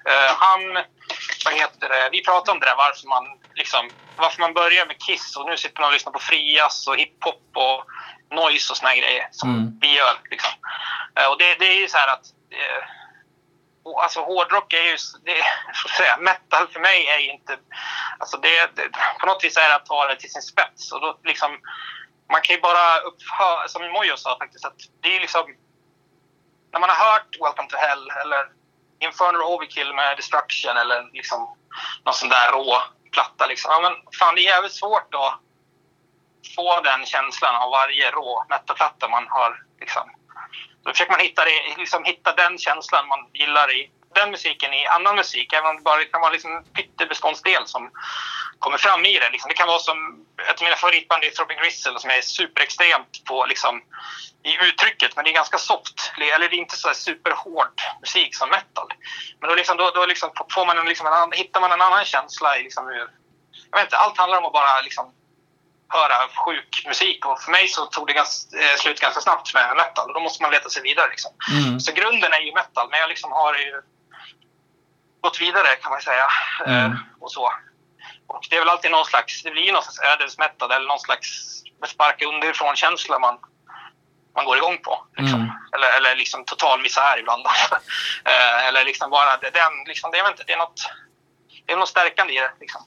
Vi pratade om det där, varför man börjar med Kiss och nu sitter man och lyssnar på frias och hiphop och noise och såna grejer som vi gör liksom. Och det är ju så här att alltså hårdrock är ju metal för mig är inte, alltså det på något vis är det att ta det till sin spets och då liksom man kan ju bara upphöra, som Mojo sa faktiskt, att det är liksom när man har hört Welcome to Hell eller Infernal Overkill med Destruction eller liksom någon sån där rå platta liksom, ja men fan det är jävligt svårt att få den känslan av varje rå metalplatta man har liksom. Då försöker man hitta den känslan man gillar i den musiken i annan musik. Även om det bara kan vara liksom en pyttebeståndsdel som kommer fram i det. Liksom. Det kan vara som ett av mina favoritband är Throbbing Gristle som är superextremt på liksom, i uttrycket. Men det är ganska soft. Eller det är inte så superhård musik som metal. Men då får man hittar man en annan känsla i liksom, jag vet inte, allt handlar om att bara liksom höra sjuk musik och för mig så tog det slut ganska snabbt med metal och då måste man leta sig vidare liksom. Så grunden är ju metal, men jag liksom har ju gått vidare kan man säga och så. Och det är väl alltid det blir någon slags ödesmetal eller någon slags sparka underifrån känsla man går igång på liksom. Eller liksom total misär ibland eller liksom bara den liksom, det är inte, det är något stärkande i det liksom.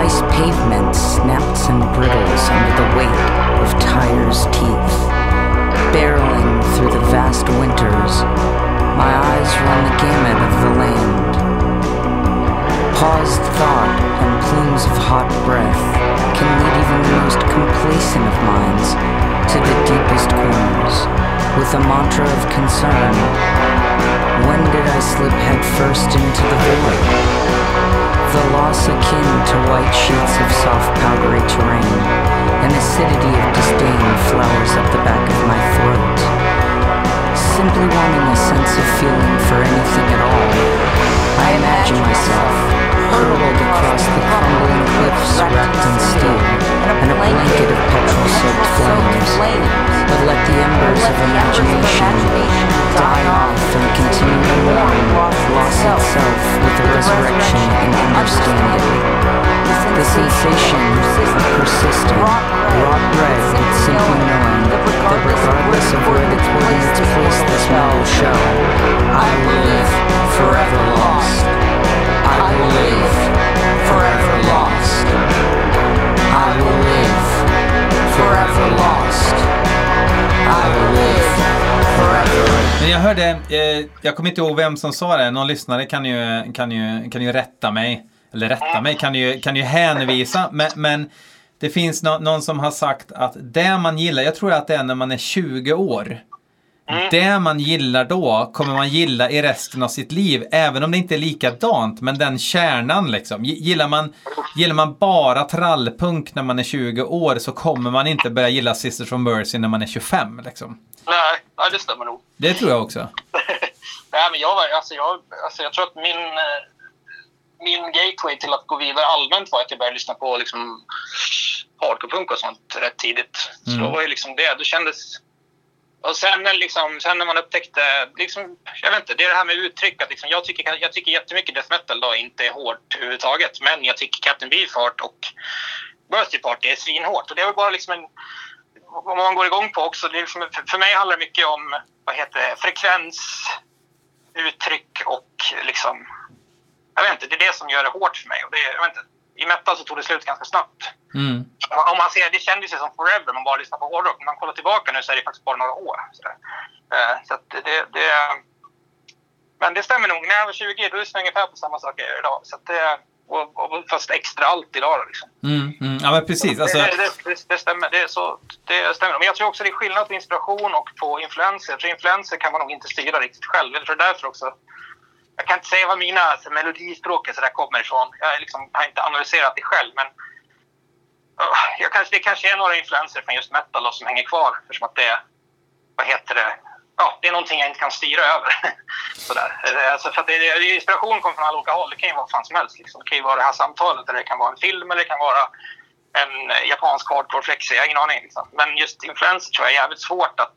precise pavement snaps and brittles under the weight of tires' teeth. Barreling through the vast winters, my eyes run the gamut of the land. Paused thought and plumes of hot breath can lead even the most complacent of minds to the deepest corners with a mantra of concern. When did I slip headfirst into the void? The loss akin to white sheets of soft powdery terrain. An acidity of disdain flowers up the back of my throat. Simply wanting a sense of feeling for anything at all, I imagine myself hurled across the crumbling cliffs wrapped in steel and a blanket of petrol-soaked flames. But let the embers of imagination die off and continue to mourn loss itself with the resurrection and understanding. The sensation of persistent, raw bread with simply knowing that regardless of where the coordinates place this metal shell, I will live forever lost. I will live forever lost. I will live forever lost. I will live forever. Men jag hörde, jag kommer inte ihåg vem som sa det. Någon lyssnare kan ju rätta mig. Eller rätta mig, kan ju hänvisa. Men det finns någon som har sagt att det man gillar, jag tror att det är när man är 20 år. Det man gillar då kommer man gilla i resten av sitt liv. Även om det inte är likadant. Men den kärnan liksom. Gillar man bara trallpunk när man är 20 år, så kommer man inte börja gilla Sisters of Mercy när man är 25 liksom. Nej, det stämmer nog. Det tror jag också. Nej, men jag tror att min gateway till att gå vidare allmänt var att jag började lyssna på liksom hardcore-punk och sånt rätt tidigt. Så då var ju liksom det kändes. Och sen när man upptäckte liksom, jag vet inte, det är det här med uttryck att liksom, jag tycker jättemycket death metal då inte är hårt överhuvudtaget, men jag tycker Captain Beefheart och Birthday Party är svinhårt, och det är väl bara liksom vad man går igång på också. Det är liksom, för mig handlar det mycket om frekvens, uttryck och liksom, jag vet inte, det är det som gör det hårt för mig. Och det, jag vet inte, i metal så tog det slut ganska snabbt. Om man ser, det kändes ju som forever, man bara lyssnar på hårdrock. När man kollar tillbaka nu så är det faktiskt bara några år. Så att men det stämmer nog, när jag var 20 då lyssnade jag ungefär på samma sak jag gör idag. Så att och fast extra allt idag då, liksom. Ja, men precis. Alltså. Det stämmer, det stämmer. Men jag tror också det är skillnad på inspiration och på influenser. För influenser kan man nog inte styra riktigt själv. Jag tror därför också. Jag kan inte säga vad mina melodispråk så där kommer ifrån. Jag har inte analyserat det själv, men det kanske är några influenser från just metal då, som hänger kvar. Eftersom att det, det är någonting jag inte kan styra över. Sådär. Alltså för att inspiration kommer från alla olika håll. Det kan ju vara fan som helst. Liksom. Det kan ju vara det här samtalet, eller det kan vara en film, eller det kan vara en japansk hardcore flexi. Jag har ingen aning. Liksom. Men just influenser tror jag är jävligt svårt att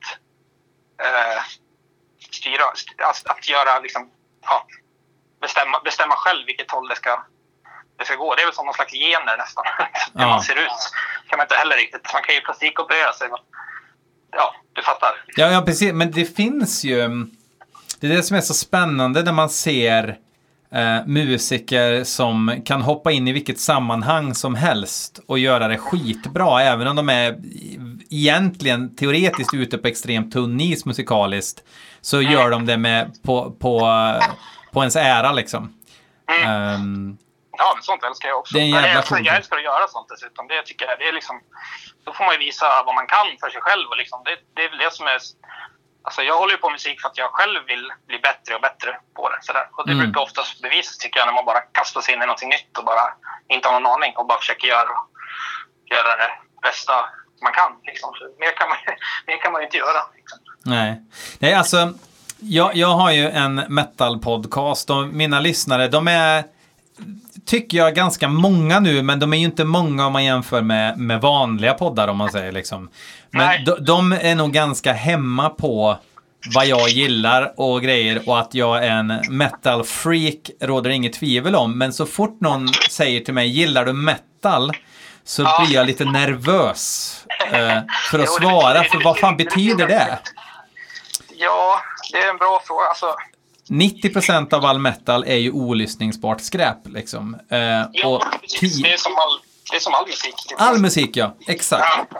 styra. Att göra liksom, bestämma själv vilket håll det ska gå. Det är väl som någon slags gener nästan. Hur man ser ut kan man inte heller riktigt. Man kan ju plastikoperera sig. Ja, du fattar. Ja, precis. Men det finns ju... Det är det som är så spännande när man ser musiker som kan hoppa in i vilket sammanhang som helst och göra det skitbra. Även om de är egentligen teoretiskt ute på extremt tunn is musikaliskt, så gör de det med på ens ära liksom. Ja, men sånt älskar jag också. Det är en jävla jag älskar att göra sånt dessutom. Det tycker jag, det är liksom, då får man ju visa vad man kan för sig själv. Och liksom, det är väl det som är... Alltså jag håller ju på musik för att jag själv vill bli bättre och bättre på det. Sådär. Och det brukar oftast bevisas, tycker jag, när man bara kastar sig in i någonting nytt och bara inte har någon aning och bara försöker göra det bästa man kan. Liksom. Mer kan man ju inte göra. Liksom. Nej, alltså... Jag har ju en metal-podcast och mina lyssnare, de är, tycker jag, ganska många nu, men de är ju inte många om man jämför med vanliga poddar, om man säger liksom. Men de är nog ganska hemma på vad jag gillar och grejer, och att jag är en metal-freak råder inget tvivel om. Men så fort någon säger till mig, gillar du metal? Så blir jag lite nervös för att svara, för vad fan betyder det? Ja, det är en bra fråga. Alltså, 90% av all metal är ju olyssningsbart skräp liksom. Och precis. Det är som all musik. All musik, ja. Exakt. Ja.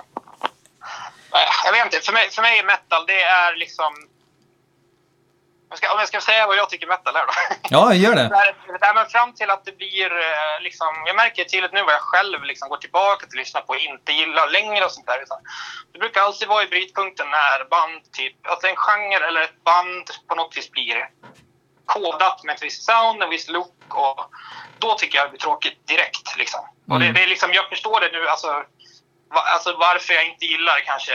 Jag vet inte. För mig är metal, det är liksom... Om jag ska säga vad jag tycker metal är då. Ja, gör det. Men fram till att det blir liksom... Jag märker tydligt nu vad jag själv liksom går tillbaka till att lyssna på och inte gillar längre och sånt där. Det brukar alltid vara i brytpunkten när band typ... Att en genre eller ett band på något vis blir kodat med ett visst sound, en viss look, och då tycker jag det blir tråkigt direkt liksom. Och det är liksom, jag förstår det nu, alltså varför jag inte gillar kanske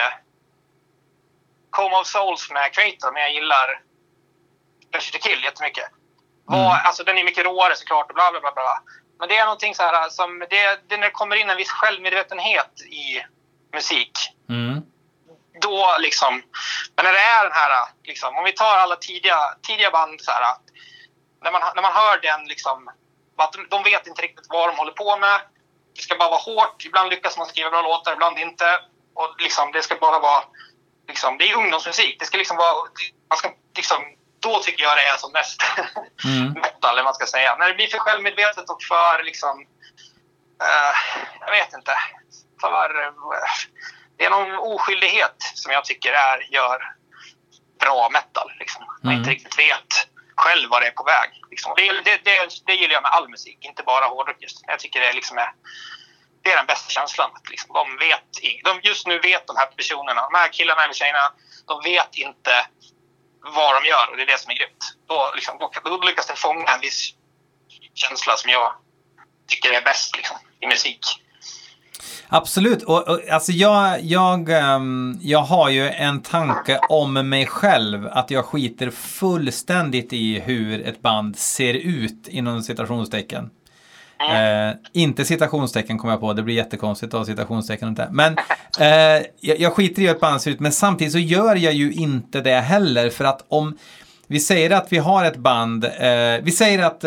Coma of Souls med Creator, men jag gillar Pleasure to Kill jättemycket. Alltså den är mycket råare såklart och bla bla bla bla. Men det är någonting så här som det när det kommer in en viss självmedvetenhet i musik. Då liksom, men när det är den här liksom, om vi tar alla tidiga band så här, när man hör den liksom, att de vet inte riktigt vad de håller på med. Det ska bara vara hårt. Ibland lyckas man skriva bra låtar, ibland inte. Och liksom, det ska bara vara liksom, det är ungdomsmusik. Det ska liksom vara, man ska liksom, då tycker jag det är som mest metal, eller man ska säga. När det blir för självmedvetet och för liksom jag vet inte, för det är någon oskyldighet som jag tycker gör bra metal liksom. Man inte riktigt vet själv vad det är på väg liksom. Det gillar jag med all musik, inte bara hårdrock just. Jag tycker det är liksom det är den bästa känslan liksom. Just nu vet de här personerna, de här killarna eller tjejerna, de vet inte vad de gör, och det är det som är grymt. Då lyckas det fånga en viss känsla som jag tycker är bäst liksom, i musik. Absolut, och alltså jag har ju en tanke om mig själv att jag skiter fullständigt i hur ett band ser ut inom citationstecken. Inte citationstecken kommer jag på, det blir jättekonstigt att ha citationstecken inte. Men jag skiter i hur ett band ser ut, men samtidigt så gör jag ju inte det heller, för att om vi säger att vi har ett band, vi säger att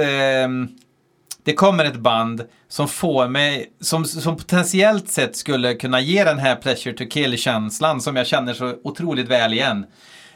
det kommer ett band som får mig, som potentiellt sett skulle kunna ge den här Pleasure to Kill-känslan som jag känner så otroligt väl igen.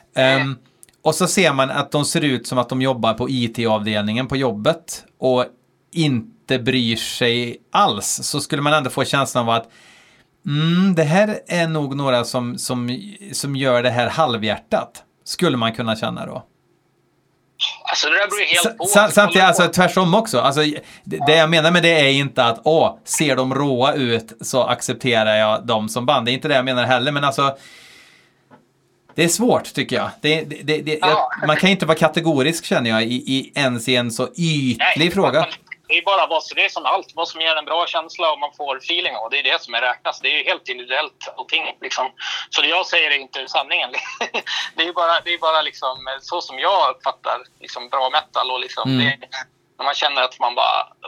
Och så ser man att de ser ut som att de jobbar på IT-avdelningen på jobbet och inte bryr sig alls, så skulle man ändå få känslan av att det här är nog några som gör det här halvhjärtat. Skulle man kunna känna då. Alltså det där beror helt på. Samtidigt, alltså tvärtom också. Alltså, det jag menar med det är inte att ser de råa ut så accepterar jag dem som band. Det är inte det jag menar heller, men alltså det är svårt tycker jag. Man kan inte vara kategorisk, känner jag, ens i en så ytlig fråga. Det är bara det är som allt, vad som ger en bra känsla och man får feeling av. Det är det som är räknas. Det är helt individuellt allting liksom. Så det jag säger är inte sanningen. Det är bara liksom så som jag uppfattar liksom bra metal och liksom när man känner att man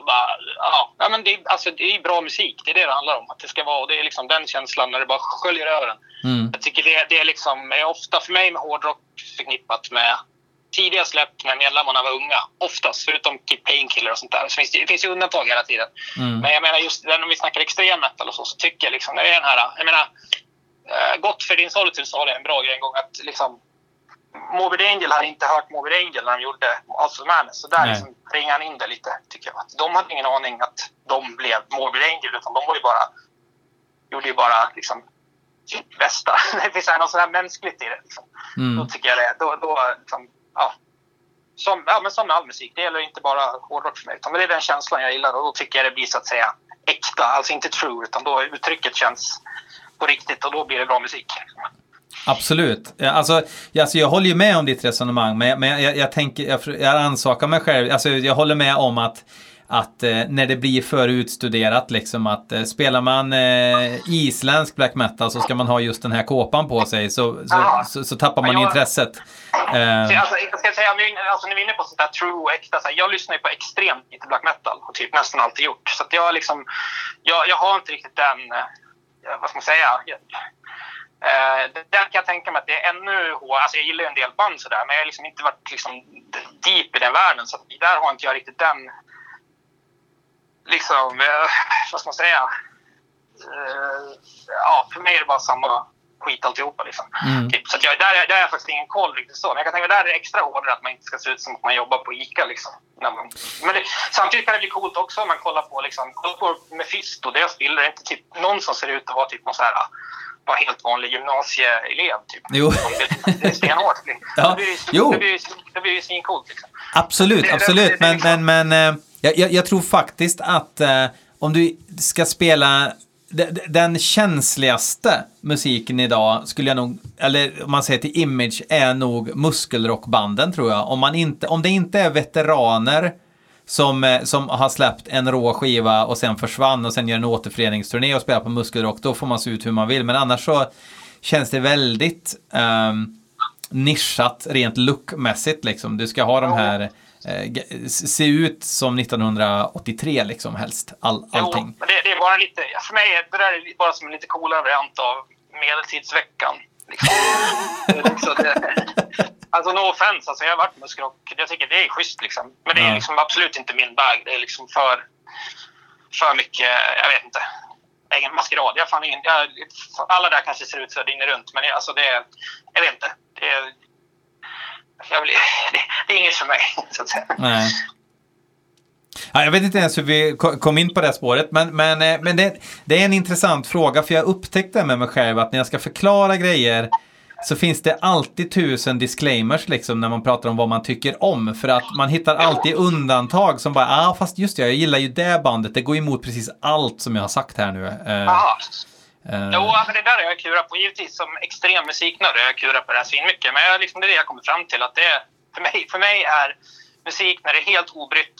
men det är bra musik. Det är det handlar om, att det ska vara, och det är liksom den känslan när det bara sköljer över den. Jag tycker det är liksom är ofta för mig med hårdrock förknippat med tidiga släpp när medlemmarna var unga. Oftast, förutom typ Painkiller och sånt där. Så det finns ju undantag hela tiden. Men jag menar just när vi snackar extrem metal och så tycker jag liksom, när det är den här, jag menar, Gott för din Solitude så har det en bra grej en gång att liksom Morbid Angel hade inte hört Morbid Angel när de gjorde House of Madness. Så där liksom ringade han in det lite, tycker jag. Att de hade ingen aning att de blev Morbid Angel, utan de var ju gjorde ju bara liksom sitt bästa. Det finns något sådär mänskligt i det liksom. Då tycker jag det. Då liksom, som med all musik, det gäller inte bara hårdrock för mig, utan det är den känslan jag gillar, och då tycker jag det blir så att säga äkta, alltså inte true, utan då uttrycket känns på riktigt och då blir det bra musik. Absolut. Alltså jag håller ju med om ditt resonemang, men jag tänker, jag ansakar mig själv, alltså jag håller med om att när det blir för utstuderat liksom, att spelar man isländsk black metal så ska man ha just den här kåpan på sig, så tappar man intresset. Alltså, jag ska säga, alltså, när vi är inne på sånt där true och äkta, så här, jag lyssnar ju på extremt lite black metal och typ nästan alltid gjort, så att jag liksom jag har inte riktigt den, vad ska man säga, den kan jag tänka mig att det är ännu, alltså jag gillar ju en del band sådär, men jag har liksom inte varit liksom deep i den världen, så att där har inte jag riktigt den liksom, vad ska man säga, för mig är det bara skit alltihopa liksom. Typ. Så att där är jag faktiskt ingen koll riktigt så. Men jag kan tänka där är det extra hårdare att man inte ska se ut som att man jobbar på ICA liksom. Men samtidigt kan det bli coolt också om man kollar på Mephisto, deras bilder, inte typ någon som ser ut att vara typ någon så här var helt vanlig gymnasieelev typ. Jo. Det är stenhårt. Ja. Det blir ju svincoolt liksom. Absolut. Men jag tror faktiskt att om du ska spela den känsligaste musiken idag skulle jag nog, eller om man säger till image, är nog muskelrockbanden tror jag. Om det inte är veteraner som har släppt en rå skiva och sen försvann och sen gör en återföreningsturné och spelar på muskelrock, då får man se ut hur man vill. Men annars så känns det väldigt nischat rent lookmässigt liksom. Du ska ha de här se ut som 1983 liksom helst allting. Jo, men det är bara lite, för mig är det där bara som en lite coolare variant av medeltidsveckan liksom. Alltså no offense, alltså jag har varit muskelrock, jag tycker det är schysst liksom. Men det är liksom absolut inte min bag. Det är liksom för mycket, jag vet inte. Egen maskerad. Alla där kanske ser ut så dygnet runt, men alltså jag vet inte. Det är inget för mig så att säga. Nej. Ja, jag vet inte ens hur vi kom in på det spåret, men det är en intressant fråga, för jag upptäckte med mig själv att när jag ska förklara grejer så finns det alltid 1000 disclaimers liksom när man pratar om vad man tycker om, för att man hittar alltid undantag som bara, fast just det, jag gillar ju det bandet, det går emot precis allt som jag har sagt här nu. Jo, men det där är jag kurat på. Givetvis som extrem musiknörd är jag kurat på det här svin mycket. Men det är det jag kommer fram till. Att det är, för mig är musik när det är helt obrytt.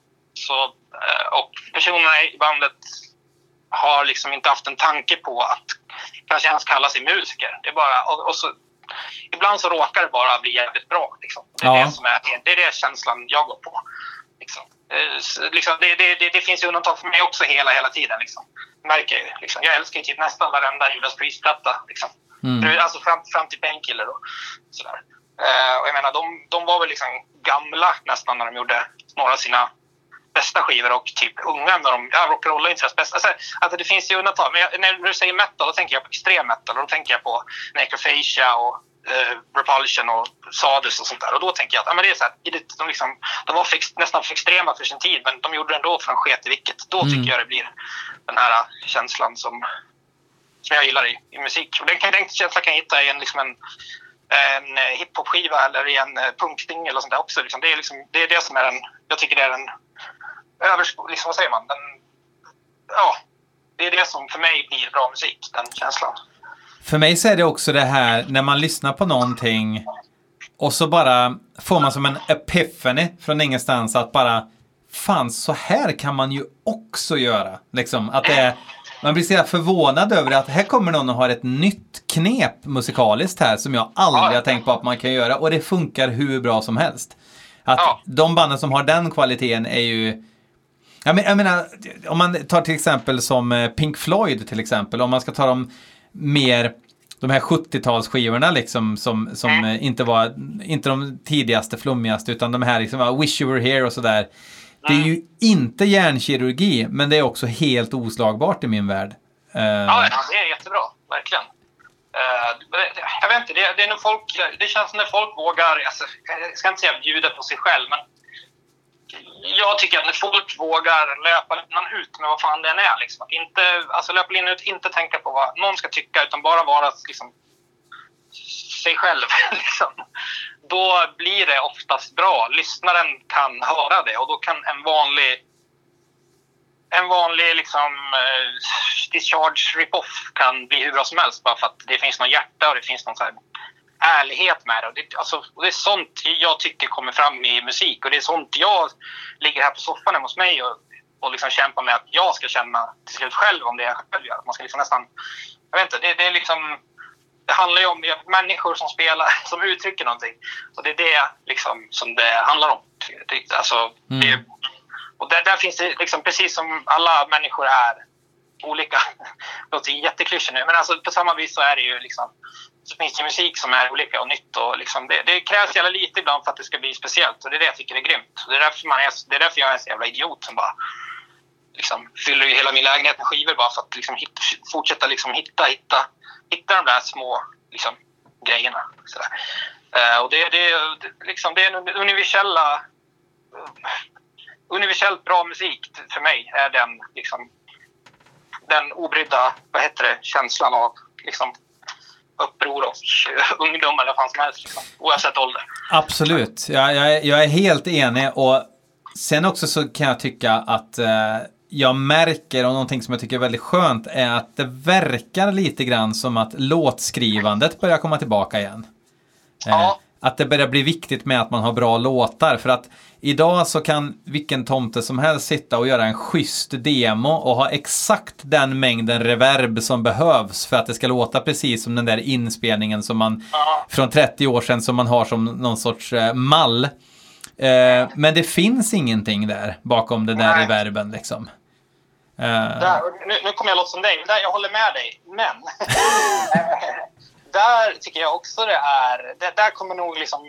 Och personerna i bandet har liksom inte haft en tanke på att kanske ens kalla sig musiker. Det är bara, och så, ibland så råkar det bara bli jävligt bra. Liksom. Det är det känslan jag går på. Liksom. Det finns ju undantag för mig också hela tiden liksom. Märker jag liksom. Jag älskar ju typ nästan varenda Judas Priest-platta liksom. Alltså fram till Painkiller och sådär. Och jag menar de var väl liksom gamla nästan när de gjorde några av sina bästa skivor, och typ unga när de rock'n'roll är inte deras bästa. Alltså det finns ju undantag, men när du säger metal då tänker jag på extrem metal, och då tänker jag på Necrophagia och Repulsion och Sadus och sånt där. Och då tänker jag att men det är så här, de var nästan för extrema för sin tid, men de gjorde det ändå för de sket i vilket. Då tycker jag det blir den här känslan som jag gillar i musik. Och den känslan kan jag hitta i en hiphop-skiva eller i en punksting eller sånt där också. Liksom. Det är det som är jag tycker det är den liksom, vad säger man? Det är det som för mig blir bra musik, den känslan. För mig så är det också det här när man lyssnar på någonting och så bara får man som en epiphany från ingenstans att bara, fan, så här kan man ju också göra. Liksom, att man blir så förvånad över att här kommer någon och har ett nytt knep musikaliskt här som jag aldrig har tänkt på att man kan göra, och det funkar hur bra som helst. Att de banden som har den kvaliteten är ju... Jag menar, om man tar till exempel som Pink Floyd till exempel, om man ska ta dem mer, de här 70-talsskivorna liksom, som inte var inte de tidigaste, flummigaste, utan de här liksom, Wish You Were Here och sådär. Det är ju inte hjärnkirurgi, men det är också helt oslagbart i min värld. Ja, det är jättebra, verkligen. Jag vet inte, det är nog det känns som när folk vågar, alltså, jag ska inte säga bjuda på sig själv, men jag tycker att när folk vågar löpa ut med vad fan det än är, liksom, att inte, alltså löpa in ut, inte tänka på vad någon ska tycka, utan bara vara liksom sig själv liksom. Då blir det oftast bra. Lyssnaren kan höra det, och då kan en vanlig liksom discharge rip-off kan bli hur bra som helst, bara för att det finns någon hjärta och det finns någon så här ärlighet med det. Och det är sånt jag tycker kommer fram i musik, och det är sånt jag ligger här på soffan hemma hos mig och liksom kämpar med att jag ska känna till slut själv om det jag själv gör. Man ska liksom nästan, jag vet inte, det är liksom, det handlar ju om människor som spelar, som uttrycker någonting, och det är det liksom som det handlar om. Och där finns det liksom, precis som alla människor är olika. Det låter jätteklyschigt nu, men alltså på samma vis så är det ju liksom, så finns det musik som är olika och nytt, och liksom det krävs jävla lite ibland för att det ska bli speciellt, och det är det jag tycker är grymt. Det är därför jag är en så jävla idiot som bara liksom fyller ju hela min lägenhet med skivor bara för att liksom fortsätta liksom hitta de där små liksom grejerna sådär. Och det är en universellt bra musik för mig, är den liksom den obrydda, känslan av liksom uppror och ungdom eller vad som helst liksom, oavsett ålder. Absolut, jag är helt enig. Och sen också så kan jag tycka att jag märker, och någonting som jag tycker är väldigt skönt, är att det verkar lite grann som att låtskrivandet börjar komma tillbaka igen. Ja. Att det börjar bli viktigt med att man har bra låtar. För att idag så kan vilken tomte som helst sitta och göra en schysst demo och ha exakt den mängden reverb som behövs för att det ska låta precis som den där inspelningen som man från 30 år sedan som man har som någon sorts mall. Men det finns ingenting där bakom den där reverben liksom. Nu kommer jag låta som dig, jag håller med dig, men där tycker jag också där kommer nog liksom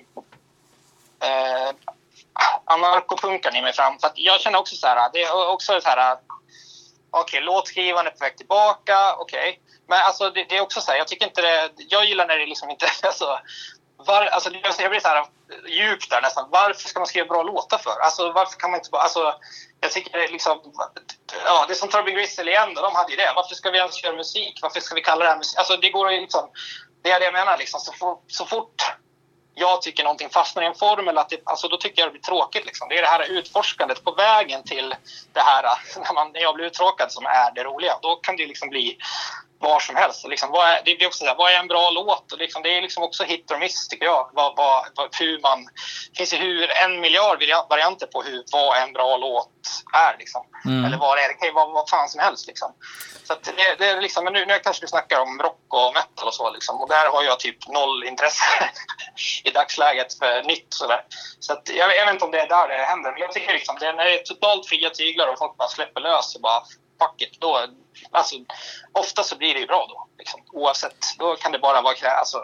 anarkopunkan i mig fram, för att jag känner också så här, det är också så här, okej, låtskrivande på väg tillbaka, okej. Men alltså det är också så här, jag tycker inte det, jag gillar när det liksom inte jag blir så här djupt där nästan. Varför ska man skriva bra låtar för? Alltså varför kan man inte bara, alltså jag tycker det liksom, det är som Turbine Grizzly igen, de hade ju det. Varför ska vi ens göra musik? Varför ska vi kalla det här musik? Alltså det går ju liksom, det är det jag menar liksom, så fort jag tycker någonting fastnar i en form, eller att alltså då tycker jag det blir tråkigt liksom. Det är det här utforskandet på vägen till det här när jag blir uttråkad som är det roliga. Då kan det liksom bli var som helst. Liksom, det är också så här, vad är en bra låt? Och liksom, det är liksom också hit och miss tycker jag. Det finns ju 1 miljard varianter på vad en bra låt är. Liksom. Eller vad det är. Det kan ju vara vad fan som helst. Liksom. Så att det är liksom, men nu kanske du snackar om rock och metal och så. Liksom. Och där har jag typ 0 intresse i dagsläget för nytt. Så att, jag vet inte om det är där det händer. Men jag tycker liksom, när det är totalt fria tyglar och folk bara släpper lös och bara fuck it, då, alltså, ofta så blir det ju bra då. Liksom. Oavsett, då kan det bara vara alltså,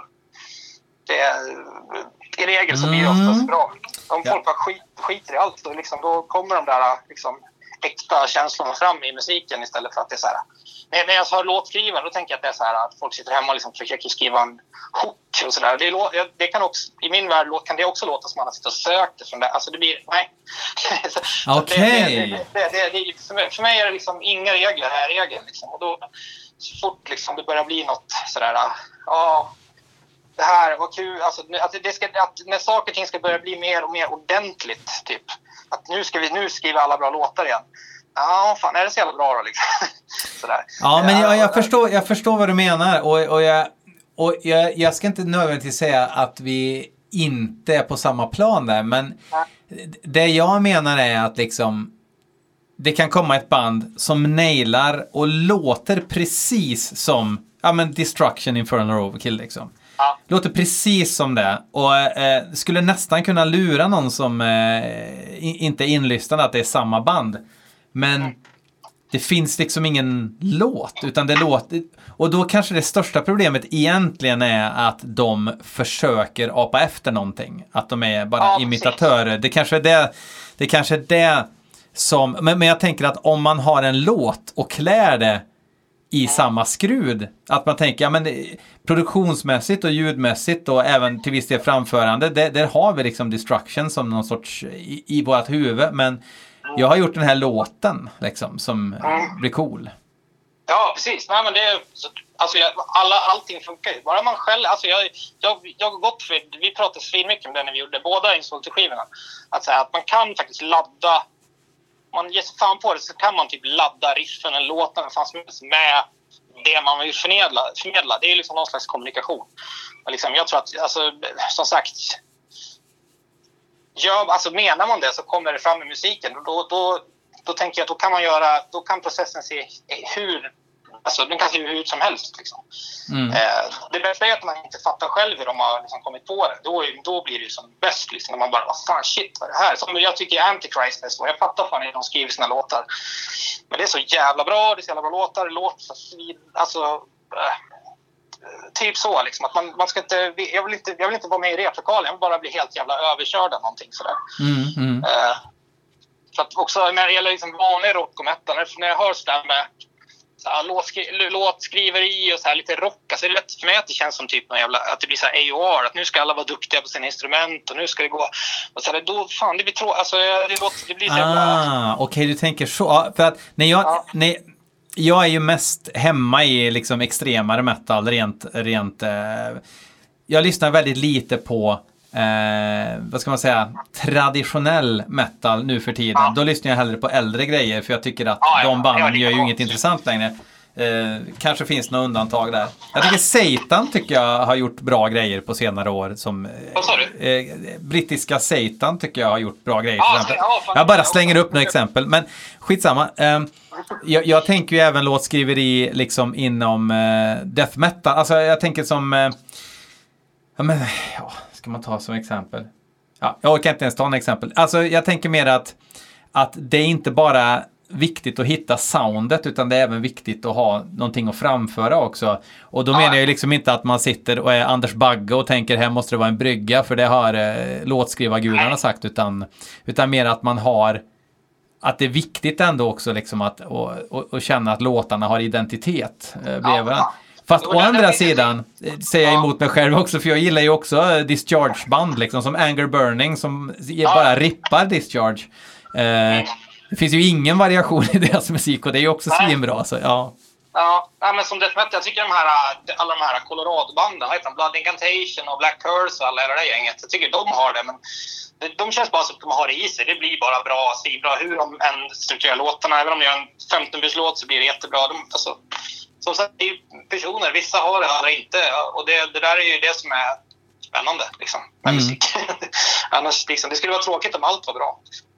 i regel så blir det oftast bra. Om folk bara skiter i allt, då kommer de där liksom, äkta känslorna fram i musiken istället för att det är så här. När jag hör låtskrivare, då tänker jag att det är så här att folk sitter hemma och liksom försöker skriva en hook och sådär. Det kan också, i min värld kan det också låta som att man sitter och söker från det. Alltså det blir, nej. Okej. För mig är det liksom inga regler här regeln liksom. Och då så fort liksom det börjar bli något sådär, det här var kul, alltså att när saker och ting ska börja bli mer och mer ordentligt typ. Att nu skriver alla bra låtar igen. Ja, fan, är det så jävla bra då liksom? Sådär. Ja, men jag förstår vad du menar. Och jag ska inte nödvändigtvis säga att vi inte är på samma plan där. Men det jag menar är att liksom det kan komma ett band som nailar och låter precis som Destruction, Infernal Overkill liksom. Ja. Låter precis som det. Och skulle nästan kunna lura någon som inte är inlyssnad att det är samma band. Men det finns liksom ingen låt, utan det låter. Och då kanske det största problemet egentligen är att de försöker apa efter någonting. Att de är bara imitatörer. Det kanske är det som. Men jag tänker att om man har en låt och klär det i samma skrud, att man tänker, produktionsmässigt och ljudmässigt och även till viss del framförande, där har vi liksom Destruction som någon sorts i vårt huvud, men jag har gjort den här låten liksom, som blir cool. Ja, precis. Nej, men det, alltså, allting funkar ju. Bara man själv, alltså jag har gått för, vi pratade svinmycket om det när vi gjorde båda Insult-skivorna. Att man kan faktiskt ladda, man ger sig fan på det, så kan man typ ladda riffen eller låtarna med det man vill förmedla. Det är liksom någon slags kommunikation. Och liksom, jag tror att, alltså, som sagt, menar man det så kommer det fram i musiken. Då tänker jag att då kan processen se den kan se hur ut som helst liksom. Det bästa är att man inte fattar själv hur de har liksom kommit på det. Då blir det ju som bäst liksom, när man bara, vad fan, shit, vad är det här? Som jag tycker Antichrist är så. Jag fattar fan hur de skriver sina låtar. Men det är så jävla bra, det är så jävla bra låtar, det låter så typ så liksom, att man ska inte, jag vill inte vara med i replokalen, jag vill bara bli helt jävla överkörd av någonting sådär. För att också när det gäller liksom vanlig rock och metal, när jag hör sådär med låtskriveri och så här lite rock, alltså det är lätt för mig att det känns som typ att det blir så här AOR, att nu ska alla vara duktiga på sina instrument och nu ska det gå och så här, då fan det blir alltså det blir så jävla... Okej, du tänker så. För att jag är ju mest hemma i liksom extremare metal rent jag lyssnar väldigt lite på vad ska man säga, traditionell metal nu för tiden. Då lyssnar jag hellre på äldre grejer, för jag tycker att de banden gör ju inget intressant längre. Kanske finns några undantag där. Jag tycker Satan har gjort bra grejer på senare år. Som brittiska Satan tycker jag har gjort bra grejer. Jag bara slänger upp några exempel, men skitsamma. Jag tänker ju även låtskriveri liksom inom death metal. Alltså jag tänker som ska man ta som exempel? Ja, jag orkar inte ens ta en exempel. Alltså jag tänker mer att det är inte bara viktigt att hitta soundet, utan det är även viktigt att ha någonting att framföra också. Och då menar jag ju liksom inte att man sitter och är Anders Bagge och tänker här måste det vara en brygga, för det har låtskrivargudarna sagt, utan mer att man har, att det är viktigt ändå också liksom att och känna att låtarna har identitet bredvid varandra. Fast å andra sidan säger jag emot mig själv också, för jag gillar ju också Discharge-band liksom, som Anger Burning som bara rippar Discharge. Det finns ju ingen variation i deras musik, och det är ju också svinbra. Så, ja, men som death metal, jag tycker alla de här Colorado-banden, Blood Incantation och Black Curse och alla det där gänget, jag tycker de har det, men de känns bara som att de har det i sig. Det blir bara bra, svinbra, hur de än strukturerar låtarna. Även om det är en 15-bits-låt så blir det jättebra. Som sagt, det är personer, vissa har det, andra inte. Och det där är ju det som är spännande liksom, med musik. Annars liksom, det skulle vara tråkigt om allt var bra.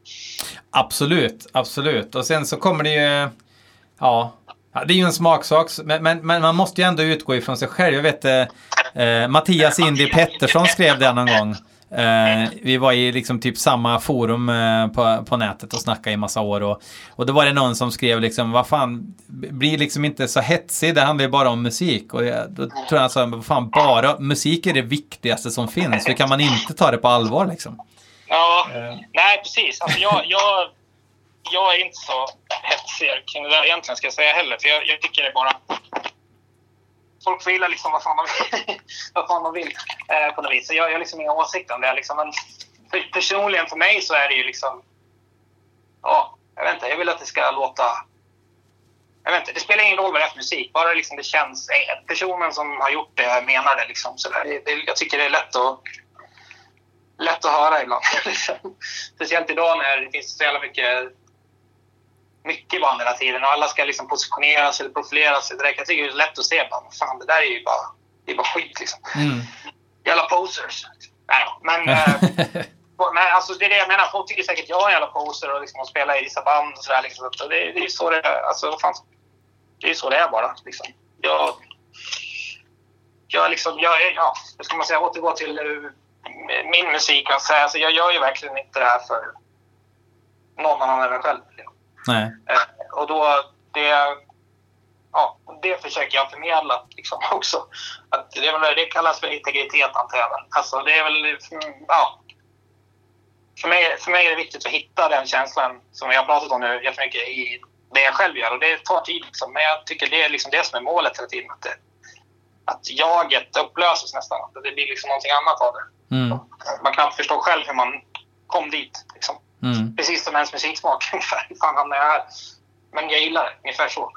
Absolut. Och sen så kommer det ju... Ja, det är ju en smaksak. Men man måste ju ändå utgå ifrån sig själv. Jag vet, Mattias Indy Pettersson skrev det någon gång. Vi var i liksom typ samma forum på nätet och snackade i massa år, och då var det någon som skrev liksom, vad fan, blir liksom inte så hetsig, det handlar ju bara om musik. Och då tror jag alltså, vad fan, bara musik är det viktigaste som finns, så kan man inte ta det på allvar liksom. Ja, nej precis, alltså jag är inte så hetsig kring det där egentligen, ska jag säga heller, för jag tycker det är bara folk får gilla liksom vad fan de vill på något vis. Så jag har liksom inga åsikter om det liksom. Men personligen för mig så är det ju liksom, jag vet inte, jag vill att det ska låta, jag vet inte, det spelar ingen roll vad det är för musik, bara liksom det känns, personen som har gjort det menar det liksom. Så jag tycker det är lätt att höra ibland. Speciellt idag när det finns så jävla mycket band hela tiden och alla ska liksom positionera sig eller profilera sig direkt. Jag tycker det är lätt att se bara, fan, det där är ju bara skit liksom. Jävla posers. Nej, men alltså det är det jag menar. Folk tycker säkert jag är en jävla poser och liksom spela i vissa band och sådär liksom. Så det är så det är, alltså vad fan, det är så det är bara liksom. Jag liksom, hur ska man säga, återgå till min musik och säga, alltså jag gör ju verkligen inte det här för någon annan än mig själv. Nej. Och då det försöker jag förmedla liksom också. Att det kallas för integritet, antar jag. Alltså det är väl för mig är det viktigt att hitta den känslan som jag har pratat om nu jättemycket i det jag själv gör, och det tar tid liksom. Men jag tycker det är liksom det som är målet hela tiden, att jaget upplöses nästan, att det blir liksom någonting annat av det. Man kan inte förstå själv hur man kom dit liksom. Precis som ens musiksmak ungefär. Fan hamnar jag här. Men jag gillar det, ungefär så.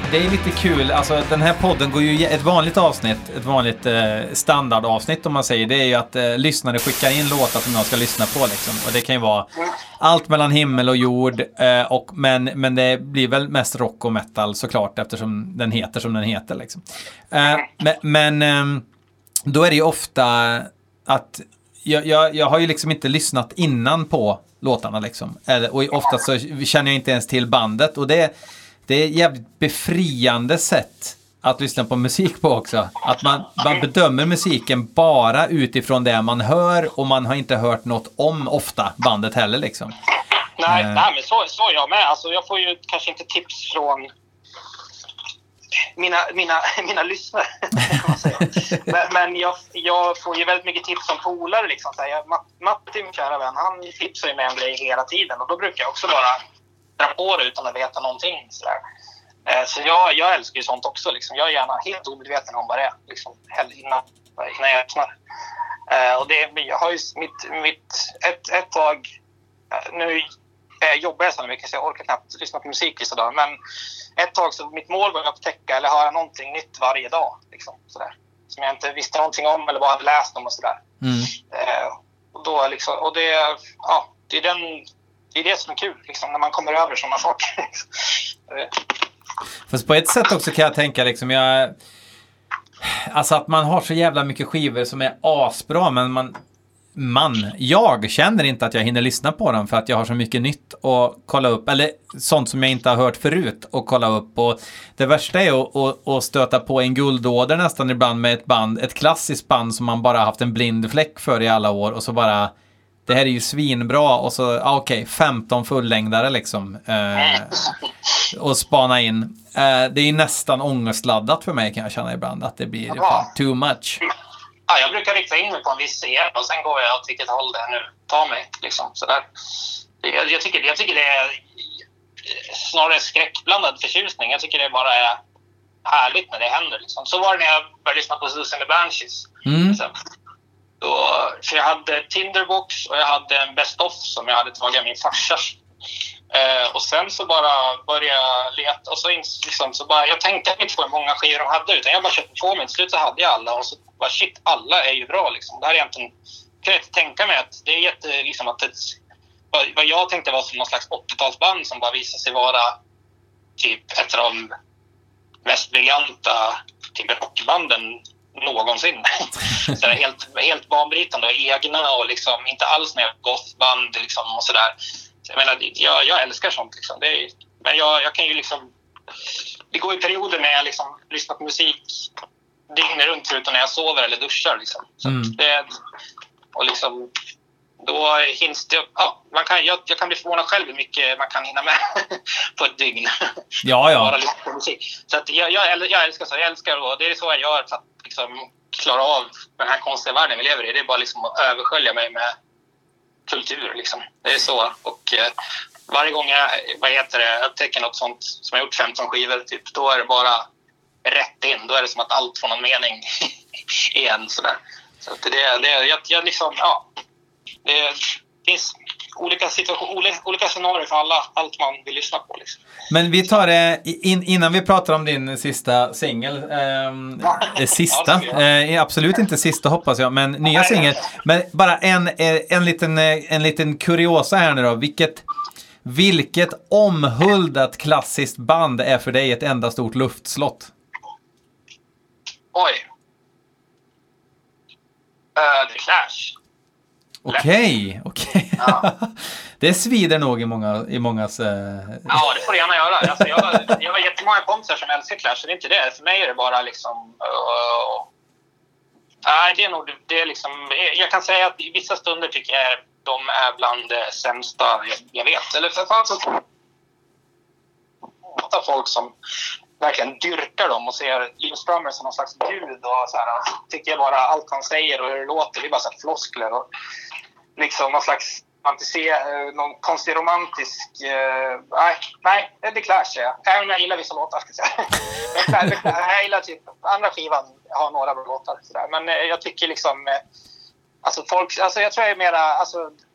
det är lite kul. Alltså den här podden går ju ett vanligt avsnitt, ett vanligt standardavsnitt om man säger. Det är ju att lyssnare skickar in låtar som jag ska lyssna på liksom. Och det kan ju vara allt mellan himmel och jord. Men det blir väl mest rock och metal såklart eftersom den heter som den heter liksom. Men då är det ju ofta att jag har ju liksom inte lyssnat innan på låtarna liksom. Och oftast så känner jag inte ens till bandet. Och det är ett jävligt befriande sätt att lyssna på musik på också. Att man bedömer musiken bara utifrån det man hör. Och man har inte hört något om ofta bandet heller liksom. Nej, men så är jag med. Alltså, jag får ju kanske inte tips från mina lyssnare kan man säga. men jag får ju väldigt mycket tips om polare liksom. Matti, min kära vän, han tipsar ju med en grej hela tiden. Och då brukar jag också bara dra på det utan att veta någonting sådär. Så jag älskar ju sånt också liksom. Jag är gärna helt omedveten om vad det är liksom, innan jag öppnar. Och jag har ju ett tag nu jobbar jag så mycket så jag orkar knappt lyssna på musik i sådär. Men ett tag så mitt mål var att upptäcka eller höra någonting nytt varje dag liksom, sådär. Som jag inte visste någonting om eller bara hade läst om och sådär. Och då liksom, och det är det som är kul liksom, när man kommer över sådana saker. Fast på ett sätt också kan jag tänka liksom, alltså att man har så jävla mycket skivor som är asbra, men jag känner inte att jag hinner lyssna på dem för att jag har så mycket nytt att kolla upp, eller sånt som jag inte har hört förut och kolla upp. Och det värsta är att stöta på en guldåder nästan ibland med ett klassiskt band som man bara haft en blind fläck för i alla år, och så bara, det här är ju svinbra, och så okej, 15 fullängdare liksom och spana in. Det är ju nästan ångestladdat för mig, kan jag känna ibland, att det blir too much. Ja, jag brukar rikta in mig på en viss scen och sen går jag åt vilket håll det nu tar mig liksom, sådär. Jag tycker det är snarare skräckblandad förtjusning. Jag tycker det bara är härligt när det händer liksom. Så var det när jag började lyssna på Susan the Banshees liksom. För jag hade Tinderbox och jag hade en best of som jag hade tagit av min farsa. Och sen så bara började jag leta och så liksom, så bara, jag tänkte inte på hur många skivor de hade, utan jag bara köpte på mig. Till slut så hade jag alla och så bara shit, alla är ju bra liksom. Det här är egentligen, kan jag inte tänka mig att det är jätte liksom att vad jag tänkte var som någon slags 80-talsband som bara visade sig vara typ ett av de mest briljanta typ rockbanden någonsin. Så det är helt banbrytande och egna och liksom inte alls några gothband liksom och sådär. Så jag menar, jag älskar sånt liksom. Men jag kan ju liksom, det går i perioder när jag liksom lyssnar på musik dygnet runt förutom när jag sover eller duschar liksom. Så det, och liksom då hinns det, jag kan bli förvånad själv hur mycket man kan hinna med på ett dygn. Ja. Bara lyssna på musik. Så att jag älskar så. Jag älskar, och det är så jag gör för att liksom klara av den här konstiga världen vi lever i. Det är bara liksom att överskölja mig med kultur liksom. Det är så. Och varje gång jag upptäcker något sånt som jag gjort 15 skivor typ, då är det bara rätt in. Då är det som att allt får någon mening igen sådär. Så att jag liksom, det finns olika situationer, olika scenarier för allt man vill lyssna på liksom. Men vi tar det innan vi pratar om din sista singel. Absolut inte sista hoppas jag, men nya singel. Men bara en liten kuriosa här nu då. Vilket omhuldat klassiskt band är för dig ett enda stort luftslott? Oj. The Clash. Okej. Ja. Det svider nog i mångas... Ja, det får du gärna göra. Alltså, jag har jättemånga kompisar som älskar Clash, så det är inte det. För mig är det bara liksom... Nej, det är liksom... Jag kan säga att i vissa stunder tycker jag de är bland det sämsta jag vet. Eller för fan så... folk som verkligen dyrkar dem och ser Liam Strummer som någon slags gud och så här, tycker jag bara allt han säger och hur det låter, det är bara så här floskler och liksom någon slags någon konstig romantisk nej, det är Clash även om jag gillar vissa låtar ska jag säga. Jag gillar typ andra skivan har några bra låtar så där. Men jag tycker liksom alltså folk, alltså jag tror jag är mera, alltså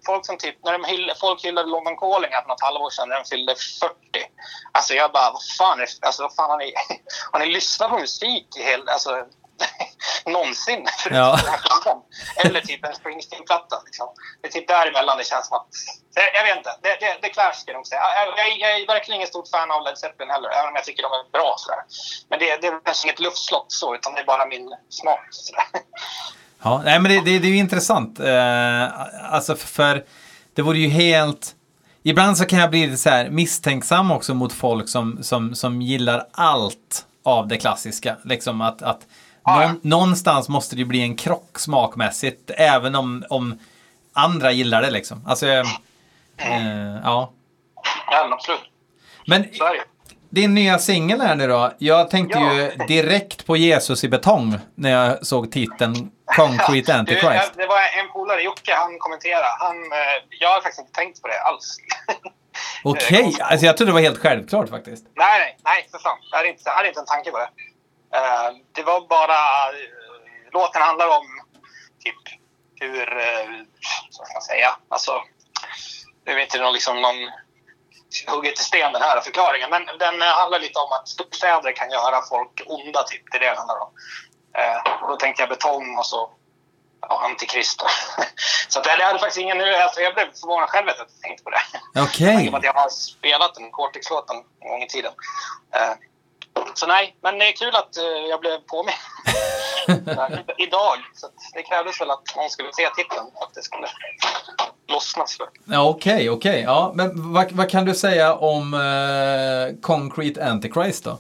folk som typ, när folk hyllade London Calling att något halvår sedan när de fyllde 40. Alltså jag bara, vad fan har ni lyssnat på musik i alltså någonsin? Ja. Eller typ en Springsteen-platta liksom. Det är typ däremellan det känns som att, jag vet inte, det Clash ska jag nog säga. Jag är verkligen ingen stort fan av Led Zeppelin heller, även om jag tycker de är bra sådär. Men det är kanske inget luftslott så, utan det är bara min smak sådär. Ja, nej, men det är ju intressant. Alltså för det vore ju helt... Ibland så kan jag bli lite så här misstänksam också mot folk som gillar allt av det klassiska. Liksom att någonstans måste det ju bli en krock smakmässigt, även om andra gillar det liksom. Alltså, ja. Ja, absolut. Men din nya singel här nu då. Jag tänkte ju direkt på Jesus i betong när jag såg titeln Concrete Antichrist. Det var en polare, Jocke, han kommenterade. Jag har faktiskt inte tänkt på det alls. Okej, alltså jag trodde det var helt självklart faktiskt. Nej, för fan. Jag hade inte en tanke på det. Det var bara... Låten handlar om typ hur... så ska man säga. Alltså, det är inte någon hugget i sten den här förklaringen. Men den handlar lite om att storstäder kan göra folk onda typ. Det är det handlar om. Och då tänkte jag betong och så antikrist. Så att jag hade faktiskt ingen nu. Alltså jag blev förvånad själv att jag tänkte på det. Okej. Att jag har spelat en Cortex-låten en gång i tiden. Så nej, men det är kul att jag blev påminn idag. Så att det krävdes väl att någon skulle se titeln. Att det skulle lossnas för. Ja, okej. Ja, men vad kan du säga om Concrete Antichrist då?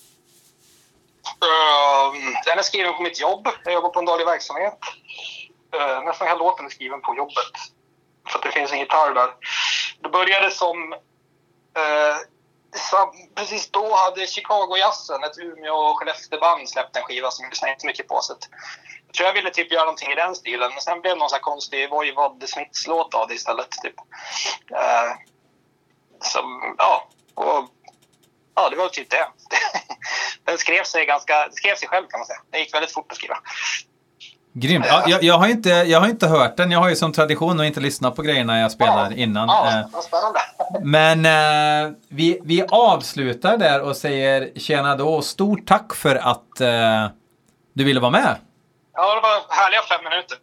Den är skriven på mitt jobb. Jag jobbar på en daglig verksamhet. Nästan hela låten är skriven på jobbet. För att det finns en gitarr där. Det började som... precis då hade Chicago-jazzen, ett Umeå och Skellefteå-band, släppt en skiva som jag lyssnade inte mycket på. Så jag tror jag ville typ göra någonting i den stilen. Men sen blev det någon sån här konstig Voivod Smiths-låt av det istället. Typ. Det var typ det. Den skrev sig själv kan man säga. Det gick väldigt fort att skriva. Grymt. Ja, jag har inte hört den. Jag har ju som tradition att inte lyssna på grejerna jag spelar innan. Ja, spännande. Men vi avslutar där och säger tjena då. Stort tack för att du ville vara med. Ja, det var härliga 5 minuter.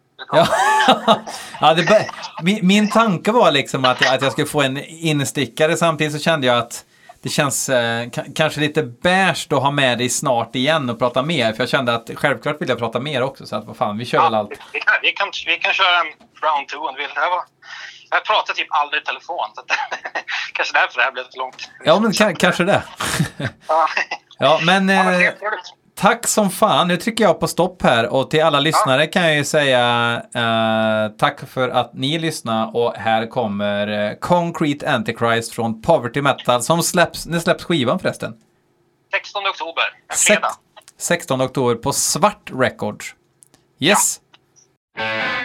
Ja, min tanke var liksom att jag skulle få en instickare. Samtidigt så kände jag att det känns kanske lite bäst att ha med dig snart igen och prata mer. För jag kände att självklart vill jag prata mer också. Så att vad fan, vi kör väl allt. Vi kan köra en round 2 om du vill. Jag pratar typ aldrig i telefon. Så kanske därför det här blev lite långt. Ja, men kanske det. Ja, men... Tack som fan. Nu trycker jag på stopp här. Och till alla lyssnare kan jag ju säga tack för att ni lyssnar. Och här kommer Concrete Antichrist från Poverty Metal som släpps skivan förresten. 16 oktober. En fredag. 16 oktober på Svart Records. Yes. Ja.